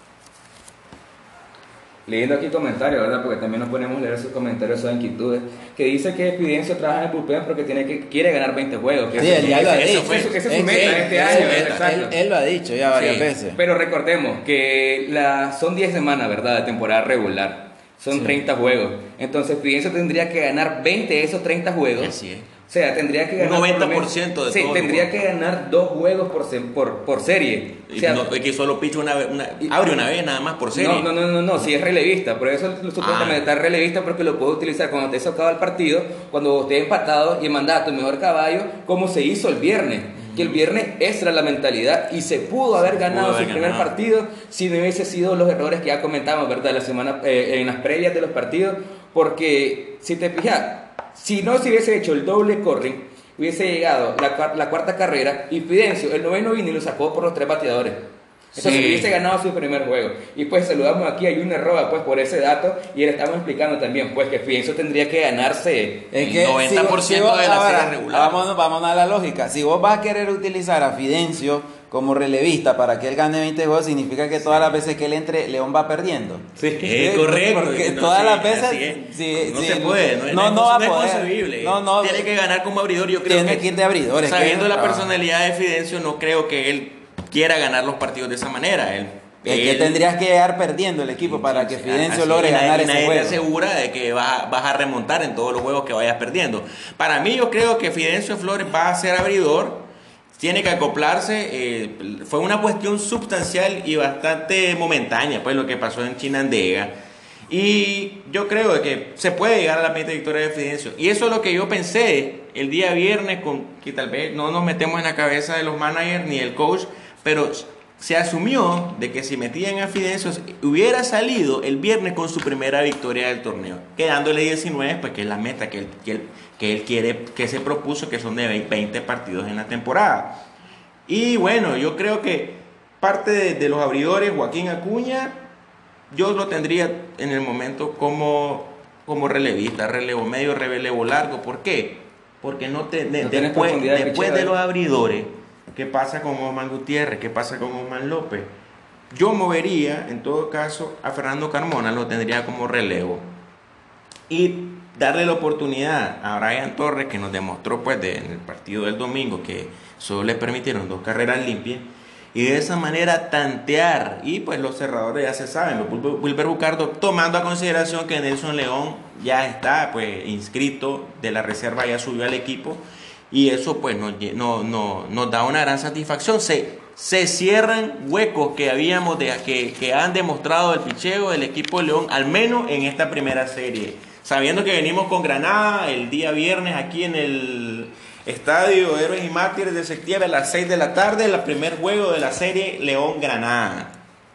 Leyendo aquí comentarios, ¿verdad? Porque también nos ponemos a leer sus comentarios, sus inquietudes. Que dice que Fidencio trabaja en el bullpen porque tiene que, quiere ganar veinte juegos. Que sí, él ya lo ha dicho. Esa es su meta este año. Él, él lo ha dicho ya varias sí, veces. Pero recordemos que la, son diez semanas, ¿verdad?, de temporada regular. Son sí. treinta juegos. Entonces Fidencio tendría que ganar veinte de esos treinta juegos. Sí. O sea, tendría que ganar. Un noventa por ciento de sí, todo. tendría que ganar dos juegos por, se, por, por serie. Y o sea, no, es que solo picha una vez, una, abre una vez nada más por serie. No, no, no, no, no, si es relevista. Por eso supuestamente Ah. está relevista porque lo puede utilizar cuando esté socado el partido, cuando esté empatado y en mandato el mejor caballo, como se hizo el viernes. Uh-huh. Que el viernes esa era la mentalidad y se pudo haber se ganado pudo haber su ganado. primer partido si no hubiese sido los errores que ya comentamos, ¿verdad? La semana, eh, en las previas de los partidos, porque si te fijas, si no se hubiese hecho el doble corring, hubiese llegado la, la cuarta carrera y Fidencio, el noveno vino y lo sacó por los tres bateadores. Entonces sí. hubiese ganado su primer juego. Y pues saludamos aquí a Junior Roa pues por ese dato y le estamos explicando también pues que Fidencio tendría que ganarse es que el noventa por ciento si vos, de la ahora, serie regular. Vámonos, vámonos a la lógica. Si vos vas a querer utilizar a Fidencio como relevista para que él gane veinte juegos, significa que todas sí. las veces que él entre, León va perdiendo. Sí, es correcto. Porque no, todas sí, las veces... Sí, no sí, se puede, no, no, no, no va a no poder. Es concebible. No, no, tiene que ganar como abridor, yo creo tiene que... que ir de abridores. Sabiendo que la trabajo. personalidad de Fidencio, no creo que él quiera ganar los partidos de esa manera. Él... Es que él, tendrías que llegar perdiendo el equipo para que Fidencio logre ganar ese juego. juego. Nadie te asegura de que vas, vas a remontar en todos los juegos que vayas perdiendo. Para mí yo creo que Fidencio Flores va a ser abridor, tiene que acoplarse. Eh, fue una cuestión sustancial y bastante momentánea, pues lo que pasó en Chinandega. Y yo creo que se puede llegar a la meta de victoria de Fidencio. Y eso es lo que yo pensé el día viernes, con que tal vez no nos metemos en la cabeza de los managers ni el coach, pero... se asumió de que si metían a Fidencio hubiera salido el viernes con su primera victoria del torneo, quedándole diecinueve, pues que es la meta que él, que él, que él quiere, que se propuso, que son de veinte partidos en la temporada. Y bueno, yo creo que parte de, de los abridores, Joaquín Acuña, yo lo tendría en el momento como, como relevista, relevo medio, relevo largo. ¿Por qué? Porque no te, de, no después, de, después de los abridores, ¿qué pasa con Osman Gutiérrez? ¿Qué pasa con Osman López? Yo movería, en todo caso, a Fernando Carmona, lo tendría como relevo. Y darle la oportunidad a Brian Torres, que nos demostró pues, de, en el partido del domingo que solo le permitieron dos carreras limpias. Y de esa manera tantear. Y pues los cerradores ya se saben. Wilber Bucardo, tomando a consideración que Nelson León ya está pues, inscrito de la reserva, ya subió al equipo. Y eso pues nos, no, no, nos da una gran satisfacción. Se, se cierran huecos que habíamos de, que, que han demostrado el picheo del equipo de León, al menos en esta primera serie. Sabiendo que venimos con Granada el día viernes aquí en el Estadio Héroes y Mártires de septiembre a las seis de la tarde, el primer juego de la serie León-Granada.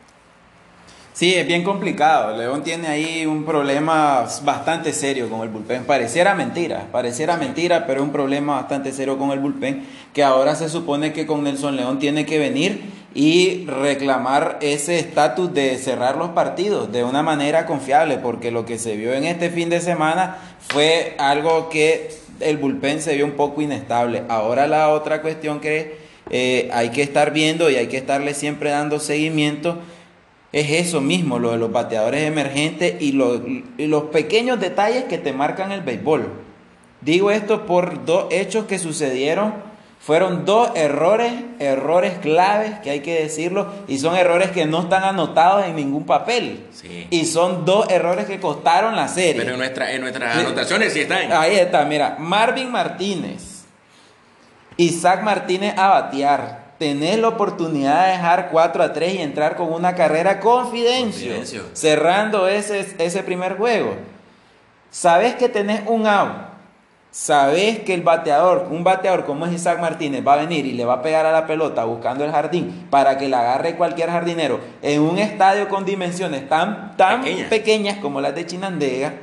Sí, es bien complicado. León tiene ahí un problema bastante serio con el bullpen. Pareciera mentira, pareciera mentira, pero es un problema bastante serio con el bullpen, que ahora se supone que con Nelson León tiene que venir y reclamar ese estatus de cerrar los partidos de una manera confiable, porque lo que se vio en este fin de semana fue algo que el bullpen se vio un poco inestable. Ahora la otra cuestión que eh, hay que estar viendo y hay que estarle siempre dando seguimiento es eso mismo, lo de los bateadores emergentes y los, y los pequeños detalles que te marcan el béisbol. Digo esto por dos hechos que sucedieron. Fueron dos errores, errores claves, que hay que decirlo, y son errores que no están anotados en ningún papel. Sí. Y son dos errores que costaron la serie. Pero en, nuestra, en nuestras sí. anotaciones sí están. Ahí está, mira, Marvin Martínez, Isaac Martínez a batear. Tenés la oportunidad de dejar cuatro a tres y entrar con una carrera con Fidencio, Fidencio. cerrando ese, ese primer juego. Sabés que tenés un out. Sabés que el bateador, un bateador como es Isaac Martínez, va a venir y le va a pegar a la pelota buscando el jardín para que la agarre cualquier jardinero en un estadio con dimensiones tan, tan Pequeña. pequeñas como las de Chinandega.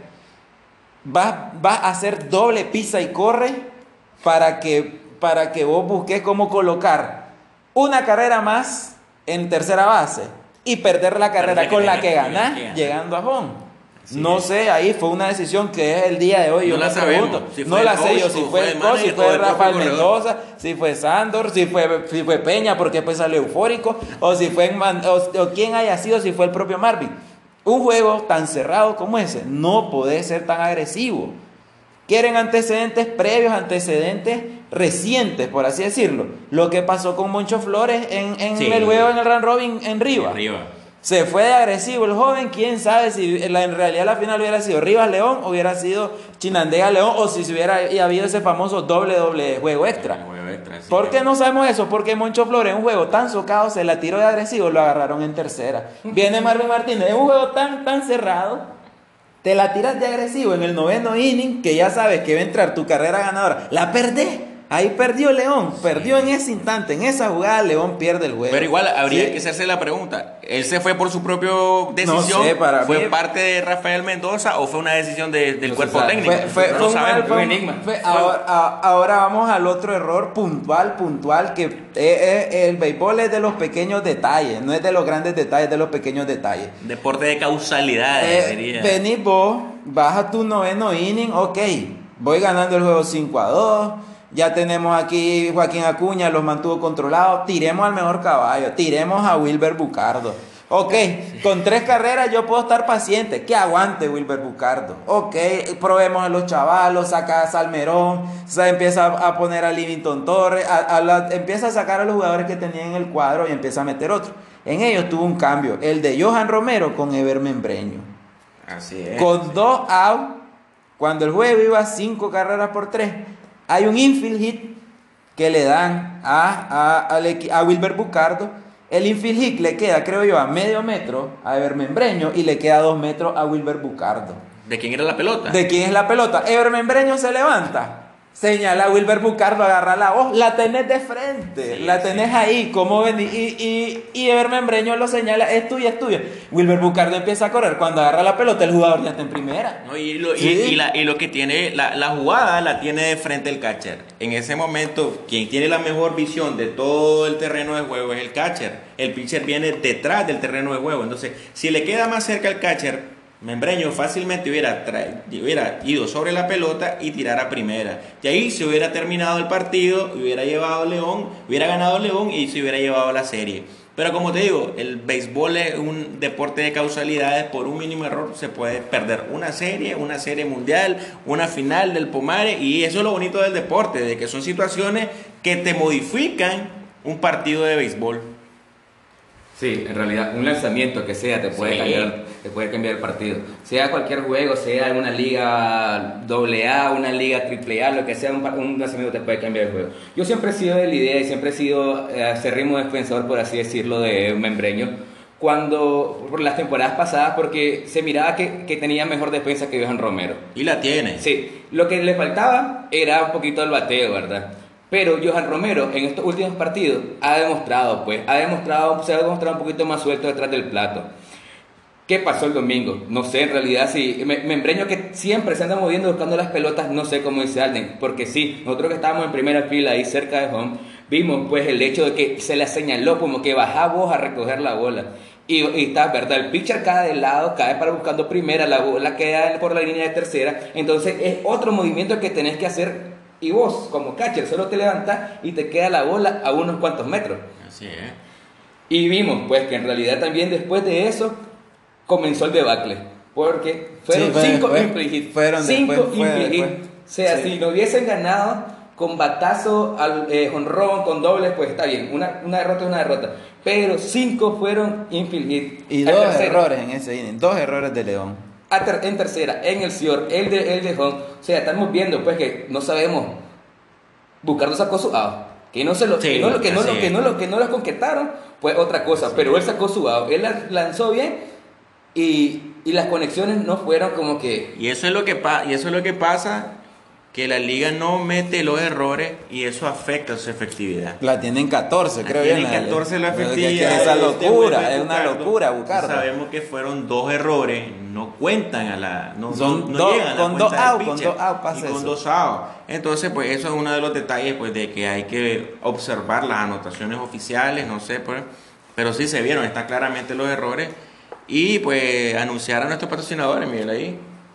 Vas, vas a hacer doble pisa y corre para que, para que vos busques cómo colocar una carrera más en tercera base y perder la carrera con la que ganás llegando a home. Sí, no es. sé, ahí fue una decisión que es el día de hoy. No yo la me sabemos. pregunto. Si no la sé yo si fue el coach, si fue Rafael Mendoza, si fue Sándor, si fue, si fue Peña porque después salió eufórico, o si fue o, o quién haya sido, si fue el propio Marvin. Un juego tan cerrado como ese no puede ser tan agresivo. Quieren antecedentes previos, antecedentes recientes, por así decirlo. Lo que pasó con Moncho Flores en, en sí. el juego en el round robin en Riva. Arriba. Se fue de agresivo el joven, quién sabe si la, en realidad la final hubiera sido Rivas León, hubiera sido Chinandega León, o si se hubiera habido ese famoso doble doble juego extra. Juego extra, sí. ¿Por qué no sabemos eso? Porque Moncho Flores, un juego tan socado, se la tiró de agresivo, lo agarraron en tercera. Viene Marvin Martínez, es un juego tan, tan cerrado, te la tiras de agresivo en el noveno inning, que ya sabes que va a entrar tu carrera ganadora, la perdés. Ahí perdió León, perdió en ese instante, en esa jugada León pierde el juego. Pero igual habría Sí. que hacerse la pregunta, ¿él se fue por su propia decisión? No sé, para ¿Fue mí- parte de Rafael Mendoza o fue una decisión de- del No se cuerpo sabe. técnico? Fue, fue- no fue lo un mal- sabemos. fue un- un enigma. fue- ahora, a- ahora vamos al otro error puntual, puntual, que es- es- el béisbol es de los pequeños detalles, no es de los grandes detalles, de los pequeños detalles. Deporte de causalidades, Eh, diría. venís vos, baja tu noveno inning, ok, voy ganando el juego cinco a dos, ya tenemos aquí Joaquín Acuña, los mantuvo controlados, tiremos al mejor caballo, tiremos a Wilber Bucardo. Ok, con tres carreras yo puedo estar paciente, que aguante Wilber Bucardo. Ok, probemos a los chavalos, saca a Salmerón, se empieza a poner a Livington Torres, a- a la- empieza a sacar a los jugadores que tenía en el cuadro y empieza a meter otro. En ellos tuvo un cambio, el de Johan Romero con Ever Membreño. Así es. Con dos outs, cuando el juego iba cinco carreras por tres, hay un infield hit que le dan a, a, al equi- a Wilber Bucardo. El infield hit le queda, creo yo, a medio metro a Ever Membreño y le queda a dos metros a Wilber Bucardo. ¿De quién era la pelota? ¿De quién es la pelota? Ever Membreño se levanta. Señala a Wilber Bucardo, agarra la voz, la tenés de frente, Sí, la tenés sí. ahí, como ven, y, y, y Ever Membreño lo señala, es tuya, es tuya. Wilber Bucardo empieza a correr, cuando agarra la pelota el jugador ya está en primera. No, y, lo, y- Sí. y la- y lo que tiene, la, la jugada la tiene de frente el catcher. En ese momento, quien tiene la mejor visión de todo el terreno de juego es el catcher. El pitcher viene detrás del terreno de juego. Entonces, si le queda más cerca al catcher, Membreño fácilmente hubiera, tra- hubiera ido sobre la pelota y tirar a primera. Y ahí se hubiera terminado el partido, hubiera llevado León, hubiera ganado León y se hubiera llevado la serie. Pero como te digo, el béisbol es un deporte de causalidades. Por un mínimo error se puede perder una serie, una serie mundial, una final del Pomare. Y eso es lo bonito del deporte, de que son situaciones que te modifican un partido de béisbol. Sí, en realidad, un lanzamiento que sea te puede, Sí. cambiar, te puede cambiar el partido. Sea cualquier juego, sea en una liga doble A, una liga triple A, lo que sea, un, pa- un lanzamiento te puede cambiar el juego. Yo siempre he sido de la idea y siempre he sido eh, acérrimo defensor, por así decirlo, de Membreño. Cuando, por las temporadas pasadas, porque se miraba que, que tenía mejor defensa que Johan Romero. Y la tiene. Sí, lo que le faltaba era un poquito el bateo, ¿verdad? Pero Johan Romero en estos últimos partidos ha demostrado, pues, ha demostrado, se ha demostrado un poquito más suelto detrás del plato. ¿Qué pasó el domingo? No sé, en realidad sí. Me- Membreño que siempre se anda moviendo buscando las pelotas, no sé cómo dice Alden, porque sí, nosotros que estábamos en primera fila ahí cerca de home, vimos pues el hecho de que se le señaló como que bajá vos a recoger la bola. Y, y está, ¿verdad? El pitcher cae de lado, cae para buscando primera, la bola queda por la línea de tercera. Entonces es otro movimiento que tenés que hacer y vos, como catcher, solo te levantás y te queda la bola a unos cuantos metros. Así es. Y vimos pues que en realidad también después de eso comenzó el debacle. Porque fueron Sí, fue cinco después, infield hits. fueron Cinco después, fue infield hits. después. O sea, Sí. si no hubiesen ganado con batazo, al, eh, jonrón, con dobles, pues está bien. Una, una derrota es una derrota. Pero cinco fueron infield hits. Y A dos tercera, errores en ese inning, dos errores de León. a ter- en tercera, en el Sior, el de, el de home. O sea, estamos viendo pues que no sabemos. Bucardo sacó su out. Que no se lo, Sí, que no, lo- que no, así lo- que es. no, lo- que no los concretaron, pues otra cosa. Pero él sacó su out. Él la- lanzó bien y, y las conexiones no fueron como que. Y eso es lo que pa- y eso es lo que pasa, que la liga no mete los errores y eso afecta su efectividad. La tienen catorce, La creo tienen yo. catorce la Es que- efectividad. que esa Este locura, Wilber es una Bucardo, locura, Bucardo. Sabemos que fueron dos errores, no cuentan a la. No, Son no, no dos- llegan a la con cuenta dos del outs, con pitcher. dos outs pasa Y con eso. dos outs. Entonces, pues eso es uno de los detalles pues de que hay que observar las anotaciones oficiales, no sé, pues. Pero sí se vieron, están claramente los errores. Y pues anunciar a nuestros patrocinadores, Miguel, ahí.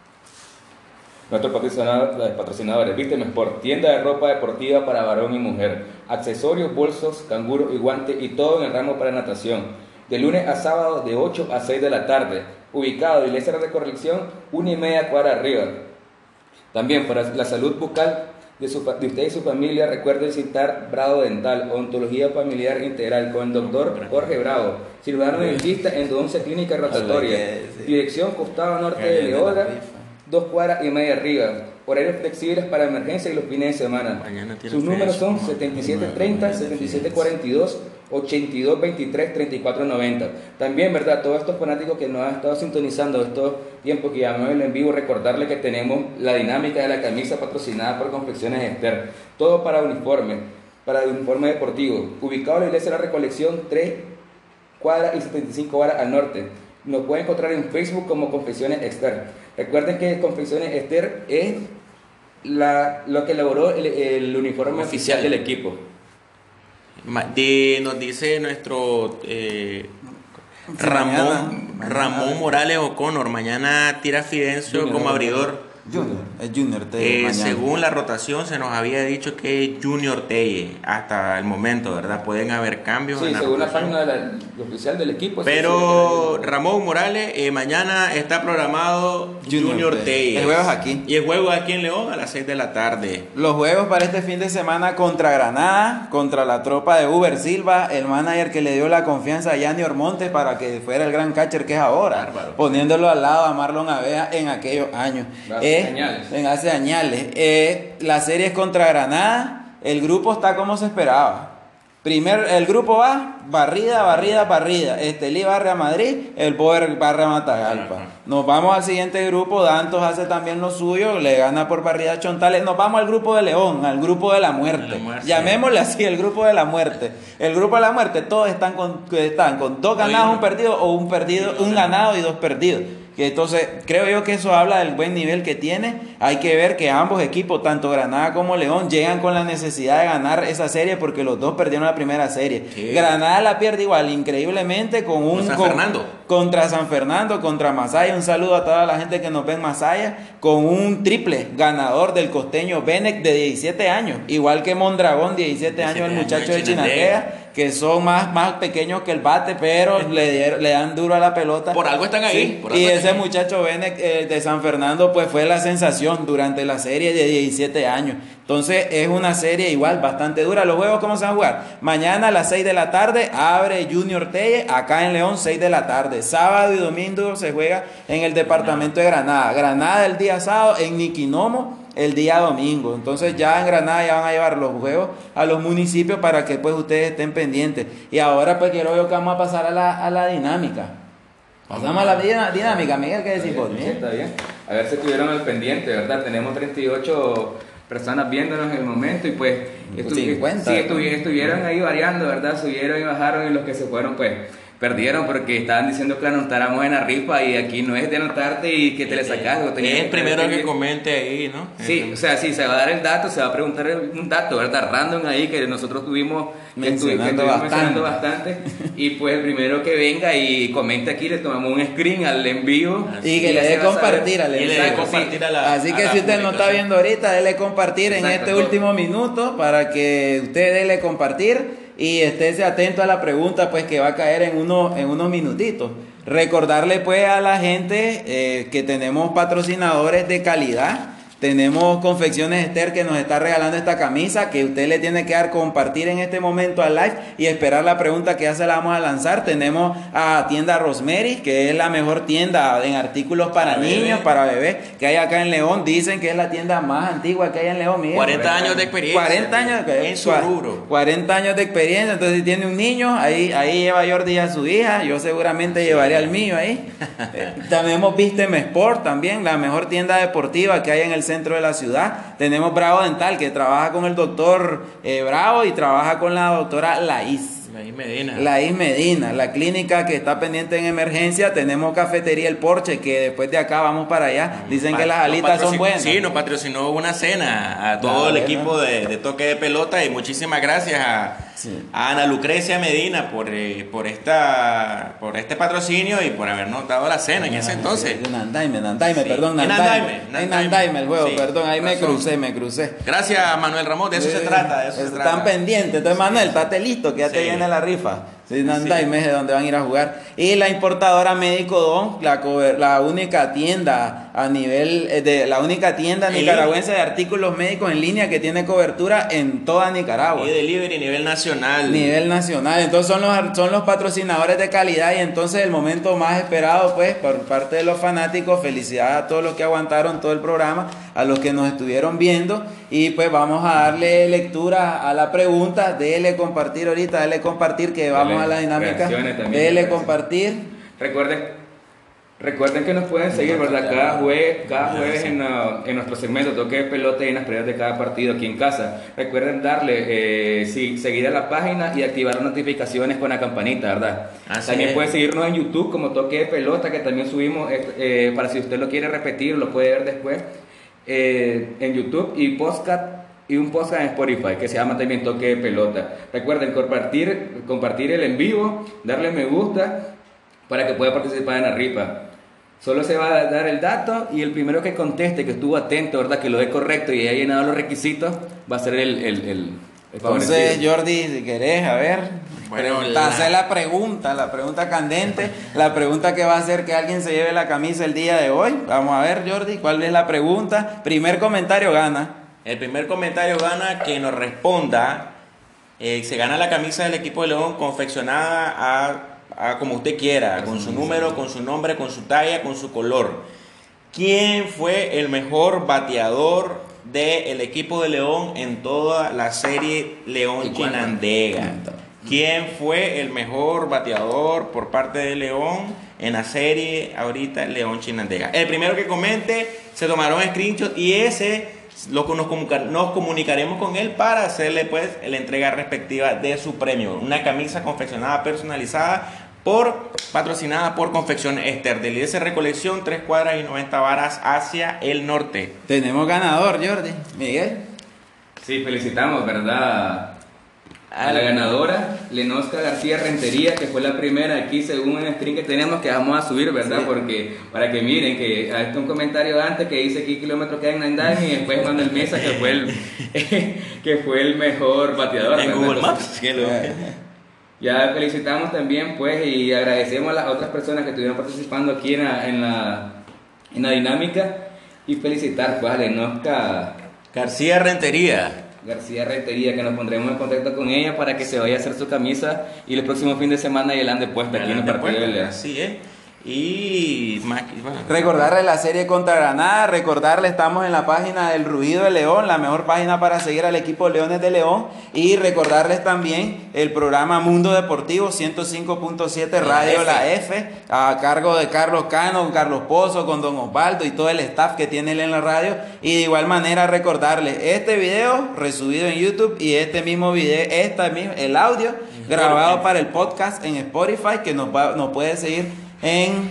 Nuestros patrocinadores, patrocinadores Vísteme Sport, tienda de ropa deportiva para varón y mujer, accesorios, bolsos, canguro y guantes y todo en el ramo para natación. De lunes a sábado de ocho a seis de la tarde, ubicado en Iglesia de Corrección, una y media cuadra arriba. También para la salud bucal, de, su, de usted y su familia, recuerde visitar Bravo Dental, Odontología Familiar Integral, con el doctor Jorge Bravo, cirujano dentista en once Clínica Rotatoria, dirección Costado Norte de Leola, dos cuadras y media arriba. Horarios flexibles para emergencia y los fines de semana. Sus números son setenta y siete treinta, setenta y siete cuarenta y dos, ochenta y dos veintitrés, treinta y cuatro noventa. También, ¿verdad? Todos estos fanáticos que nos han estado sintonizando estos tiempos que llamamos en vivo, recordarles que tenemos la dinámica de la camisa patrocinada por Confecciones Esther. Todo para uniforme, para el uniforme deportivo. Ubicado en la Iglesia de la Recolección, tres cuadras y setenta y cinco horas al norte. Nos pueden encontrar en Facebook como Confecciones Esther. Recuerden que Confecciones Esther es la, lo que elaboró el, el uniforme oficial del equipo. De, nos dice nuestro eh, Ramón, Ramón Morales O'Connor, mañana tira Fidencio Junior, como abridor. Junior, es Junior Telle. Eh, según la rotación se nos había dicho que es Junior Telle hasta el momento, ¿verdad? Pueden haber cambios. Sí, en la según rotación. la página de la, oficial del equipo. Pero Ramón Morales, eh, mañana está programado Junior, Junior Telle. El juego es aquí. Y el juego aquí en León a las seis de la tarde. Los juegos para este fin de semana contra Granada, contra la tropa de Uber Silva, el manager que le dio la confianza a Yanni Ormonte para que fuera el gran catcher que es ahora, Bárbaro. Poniéndolo al lado a Marlon Avea en aquellos años. Hace Eh, añales. En hace añales. Eh, la serie es contra Granada, el grupo está como se esperaba. Primer, el grupo va, barrida, barrida, barrida. Estelí barre a Madrid, el Poder barre a Matagalpa. Nos vamos al siguiente grupo, Dantos hace también lo suyo, le gana por barrida a Chontales. Nos vamos al grupo de León, al grupo de la muerte. La muerte. Llamémosle así, el grupo de la muerte. El grupo de la muerte, todos están con, están con dos ganados, un perdido, o un perdido, un ganado y dos perdidos. Que entonces creo yo que eso habla del buen nivel que tiene. Hay que ver que ambos equipos, tanto Granada como León, llegan con la necesidad de ganar esa serie porque los dos perdieron la primera serie. Sí. Granada la pierde igual, increíblemente, con un Con San con- Fernando. contra San Fernando, contra Masaya. Un saludo a toda la gente que nos ve en Masaya, con un triple ganador del costeño Benek de diecisiete años, igual que Mondragón, diecisiete años, el muchacho de Chinandega, que son más, más pequeños que el bate, pero le, dieron- le dan duro a la pelota. Por algo están ahí. Sí, por algo y están ese ahí. muchacho Benek eh, de San Fernando pues fue la sensación durante la serie de diecisiete años. Entonces es una serie igual bastante dura. Los juegos, ¿cómo se van a jugar? Mañana a las seis de la tarde abre Junior Telle acá en León, seis de la tarde. Sábado y domingo se juega en el departamento de Granada. Granada el día sábado, en Niquinomo el día domingo. Entonces ya en Granada ya van a llevar los juegos a los municipios para que pues ustedes estén pendientes. Y ahora pues quiero yo que vamos a pasar a la, a la dinámica. Pasamos a la dina- dinámica, Miguel, ¿qué decís vos? Sí, está bien. A ver si estuvieron al pendiente, ¿verdad? Tenemos treinta y ocho personas viéndonos en el momento y pues estu- cincuenta. sí, estu- estuvieron ahí variando, ¿verdad? Subieron y bajaron y los que se fueron pues perdieron porque estaban diciendo que anotáramos en la rifa y aquí no es de anotarte y que te le sacas. lo tenías Es que el primero traer. que comente ahí, ¿no? Sí, o sea, sí, se va a dar el dato, se va a preguntar un dato, ¿verdad? Random ahí que nosotros tuvimos que estu- que Mencionando estuvimos bastante. mencionando bastante. Y pues el primero que venga y comente aquí, le tomamos un screen al en vivo. Y que ya le se dé va a compartir saber. al Y le dé Exacto, compartir sí. a la. Así a que la si usted no está publicación. viendo ahorita, dele compartir en Exacto, este todo. último minuto para que usted dele compartir y estése atento a la pregunta pues que va a caer en unos, en unos minutitos. Recordarle pues a la gente eh, que tenemos patrocinadores de calidad. Tenemos Confecciones Esther que nos está regalando esta camisa que usted le tiene que dar compartir en este momento al live y esperar la pregunta que ya se la vamos a lanzar. Tenemos a tienda Rosemary, que es la mejor tienda en artículos para, Para niños, bebé. para bebés, que hay acá en León. Dicen que es la tienda más antigua que hay en León. Miguel. cuarenta años de experiencia. cuarenta años de- en su cua- rubro. cuarenta años de experiencia. Entonces, si tiene un niño, ahí, ahí lleva Jordi a su hija. Yo seguramente llevaría al mío ahí. Eh, Tenemos Vísteme Sport también, la mejor tienda deportiva que hay en el centro de la ciudad. Tenemos Bravo Dental, que trabaja con el doctor eh, Bravo y trabaja con la doctora Laís. Laís Medina. Laís Medina, la clínica que está pendiente en emergencia. Tenemos Cafetería El Porche, que después de acá vamos para allá. Dicen que las Nos alitas son patrocinó- buenas. Sí, nos patrocinó una cena a todo Ah, el bueno. equipo de, de Toque de Pelota y muchísimas gracias a, Sí. a Ana Lucrecia Medina por, eh, por, esta, por este patrocinio y por habernos dado la cena en ese entonces. En Nandaime, Nandaime, Sí. perdón, En Nandaime. Nandaime, En Nandaime. Nandaime el juego, Sí, perdón, ahí me razón. crucé, me crucé. Gracias Manuel Ramón, de eso se Eh, trata, de eso se Están trata. pendientes. Entonces, Manuel, estate listo, que ya te Sí. viene la rifa. Sí, no Sí. hay mes de dónde van a ir a jugar. Y la importadora Médico Don, la, cover- la única tienda a nivel eh, de la única tienda En nicaragüense de artículos médicos en línea que tiene cobertura en toda Nicaragua. Y delivery a nivel nacional. Nivel nacional, entonces son los, son los patrocinadores de calidad y entonces el momento más esperado pues por parte de los fanáticos, felicidades a todos los que aguantaron todo el programa, a los que nos estuvieron viendo y pues vamos a darle lectura a la pregunta, dele compartir ahorita, dele compartir que vamos Dale, a la dinámica, reacciones también, dele reacciones. compartir. Recuerden, recuerden que nos pueden seguir, ¿verdad? Cada jueves, cada jueves en, uh, en nuestro segmento Toque de Pelota y en las previas de cada partido aquí en casa. Recuerden darle eh, sí, seguir a la página y activar las notificaciones con la campanita, ¿verdad? Así También es. pueden seguirnos en YouTube como Toque de Pelota, que también subimos, eh, eh, para si usted lo quiere repetir, lo puede ver después eh, en YouTube y podcast. Y un podcast en Spotify que se llama también Toque de Pelota. Recuerden compartir, compartir el en vivo, darle me gusta para que pueda participar en la rifa. Solo se va a dar el dato y el primero que conteste, que estuvo atento, ¿verdad? Que lo dé correcto y haya llenado los requisitos, va a ser el, el, el, el Entonces favorecido. Jordi, si querés, a ver, Bueno, pregunta- la- hacer la pregunta, la pregunta candente, la pregunta que va a hacer que alguien se lleve la camisa el día de hoy. Vamos a ver Jordi, ¿cuál es la pregunta? Primer comentario gana. El primer comentario gana que nos responda. eh, se gana la camisa del equipo de León confeccionada a, a como usted quiera, con su número, con su nombre, con su talla, con su color. ¿Quién fue el mejor bateador del equipo de León en toda la serie León ¿Y cuándo? Chinandega? ¿Quién fue el mejor bateador por parte de León en la serie ahorita León Chinandega? El primero que comente se tomará un screenshot y ese lo que nos, comunica- nos comunicaremos con él para hacerle pues la entrega respectiva de su premio. Una camisa confeccionada personalizada por patrocinada por Confección Esther de Liderse Recolección, tres cuadras y noventa varas hacia el norte. Tenemos ganador, Jordi. Miguel. Sí, felicitamos, ¿verdad? A la ganadora, Lenosca García Rentería, que fue la primera aquí según el stream que tenemos que vamos a subir, ¿verdad? Sí. Porque para que miren que hay un comentario antes que dice qué kilómetros quedan en Nandine y después Manuel Mesa que fue el que fue el mejor bateador. En ¿verdad? Google Entonces, Maps. que lo- ya felicitamos también pues y agradecemos a las otras personas que estuvieron participando aquí en la, en la, en la dinámica y felicitar pues a Lenosca García Rentería. García Rentería, que nos pondremos en contacto con ella para que se vaya a hacer su camisa y el próximo fin de semana y el ande puesta aquí en el partido de León. Así es. Y más, bueno, Recordarle la serie contra Granada, recordarle estamos en la página del Rugido de León, la mejor página para seguir al equipo Leones de León y recordarles también el programa Mundo Deportivo ciento cinco punto siete Radio La F a cargo de Carlos Cano, Carlos Pozo, con Don Osvaldo y todo el staff que tiene él en la radio y de igual manera recordarles este video resubido en YouTube y este mismo video, esta misma, el audio grabado para el podcast en Spotify que nos, va, nos puede seguir en,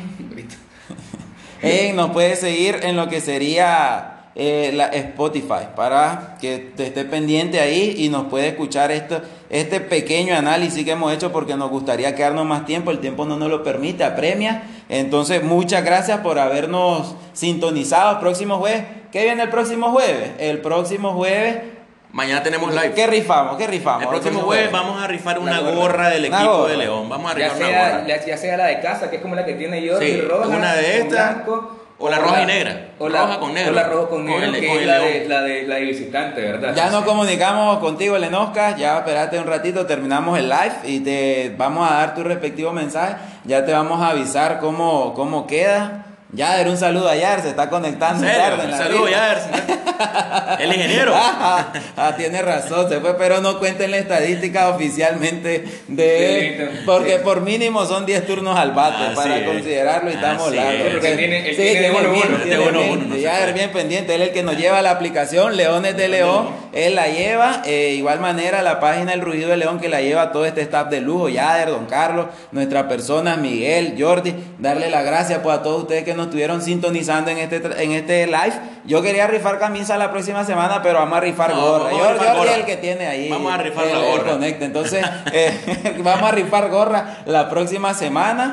en nos puede seguir en lo que sería eh, la Spotify para que te esté pendiente ahí y nos puede escuchar esto, este pequeño análisis que hemos hecho porque nos gustaría quedarnos más tiempo, el tiempo no nos lo permite, apremia. Entonces muchas gracias por habernos sintonizado. El próximo jueves, ¿qué viene el próximo jueves? El próximo jueves, mañana tenemos live. ¿qué rifamos? ¿Qué rifamos? El próximo jueves vamos a rifar una Una gorra. gorra del Una equipo gorra. de León. Vamos a Ya rifar una sea, gorra. la- ya sea la de casa, que es como la que tiene yo, Sí, roja, una de con estas, blanco, o la roja y negra. o la Roja con negro. o la roja con Con negro, el- que con es el la león. de, la, de, la de visitante, ¿verdad? Ya nos Sí. comunicamos contigo, Lenosca. Ya espérate un ratito, terminamos el live y te vamos a dar tu respectivo mensaje. Ya te vamos a avisar cómo, cómo queda. Yader, un saludo a Yader, se está conectando ¿En serio? tarde en la Saludos, rifa. Yader. El ingeniero. Ah, ah, tiene razón, se fue, pero no cuenten la estadística oficialmente de él, Sí, porque sí. por mínimo son diez turnos al bate Así para es. considerarlo y estamos Así largos. es. Porque él tiene- él Sí, tiene uno, bien, uno, tiene de uno, bien. uno, no se Yader puede. bien pendiente, él es el que nos lleva la aplicación Leones de León, él la lleva, eh, igual manera la página El Rugido de León que la lleva todo este staff de lujo, Yader, Don Carlos, nuestras personas, Miguel, Jordi, darle las gracias pues a todos ustedes que nos estuvieron sintonizando en este tra- en este live. Yo quería rifar camisa la próxima semana, pero vamos a rifar No, gorra. vamos a Jordi rifar Jordi gorra. es el que tiene ahí. Vamos a rifar el- la el gorra. conecte. Entonces, eh, vamos a rifar gorra la próxima semana.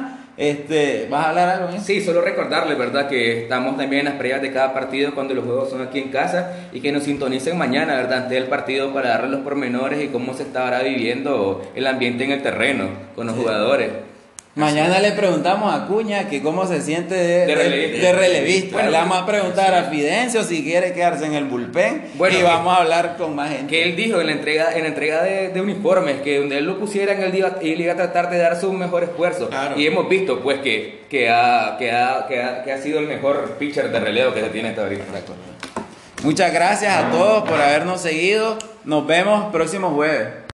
Este, ¿vas a hablar algo en eso? Sí, solo recordarles, ¿verdad? Que estamos también en las previas de cada partido cuando los juegos son aquí en casa y que nos sintonicen mañana, ¿verdad? Antes del partido para darles los pormenores y cómo se estará viviendo el ambiente en el terreno con los sí. jugadores. Mañana le preguntamos a Cuña que cómo se siente de, de relevista. De, de relevista. Bueno, le vamos a preguntar sí. a Fidencio si quiere quedarse en el bullpen bueno, y vamos a hablar con más gente. Que él dijo en la entrega, en la entrega de, de uniformes que donde él lo pusiera en el día, él iba a tratar de dar su mejor esfuerzo. Claro. Y hemos visto pues que, que, ha, que, ha, que, ha, que ha sido el mejor pitcher de relevo que se tiene hasta ahorita. Muchas gracias a todos por habernos seguido. Nos vemos próximo jueves.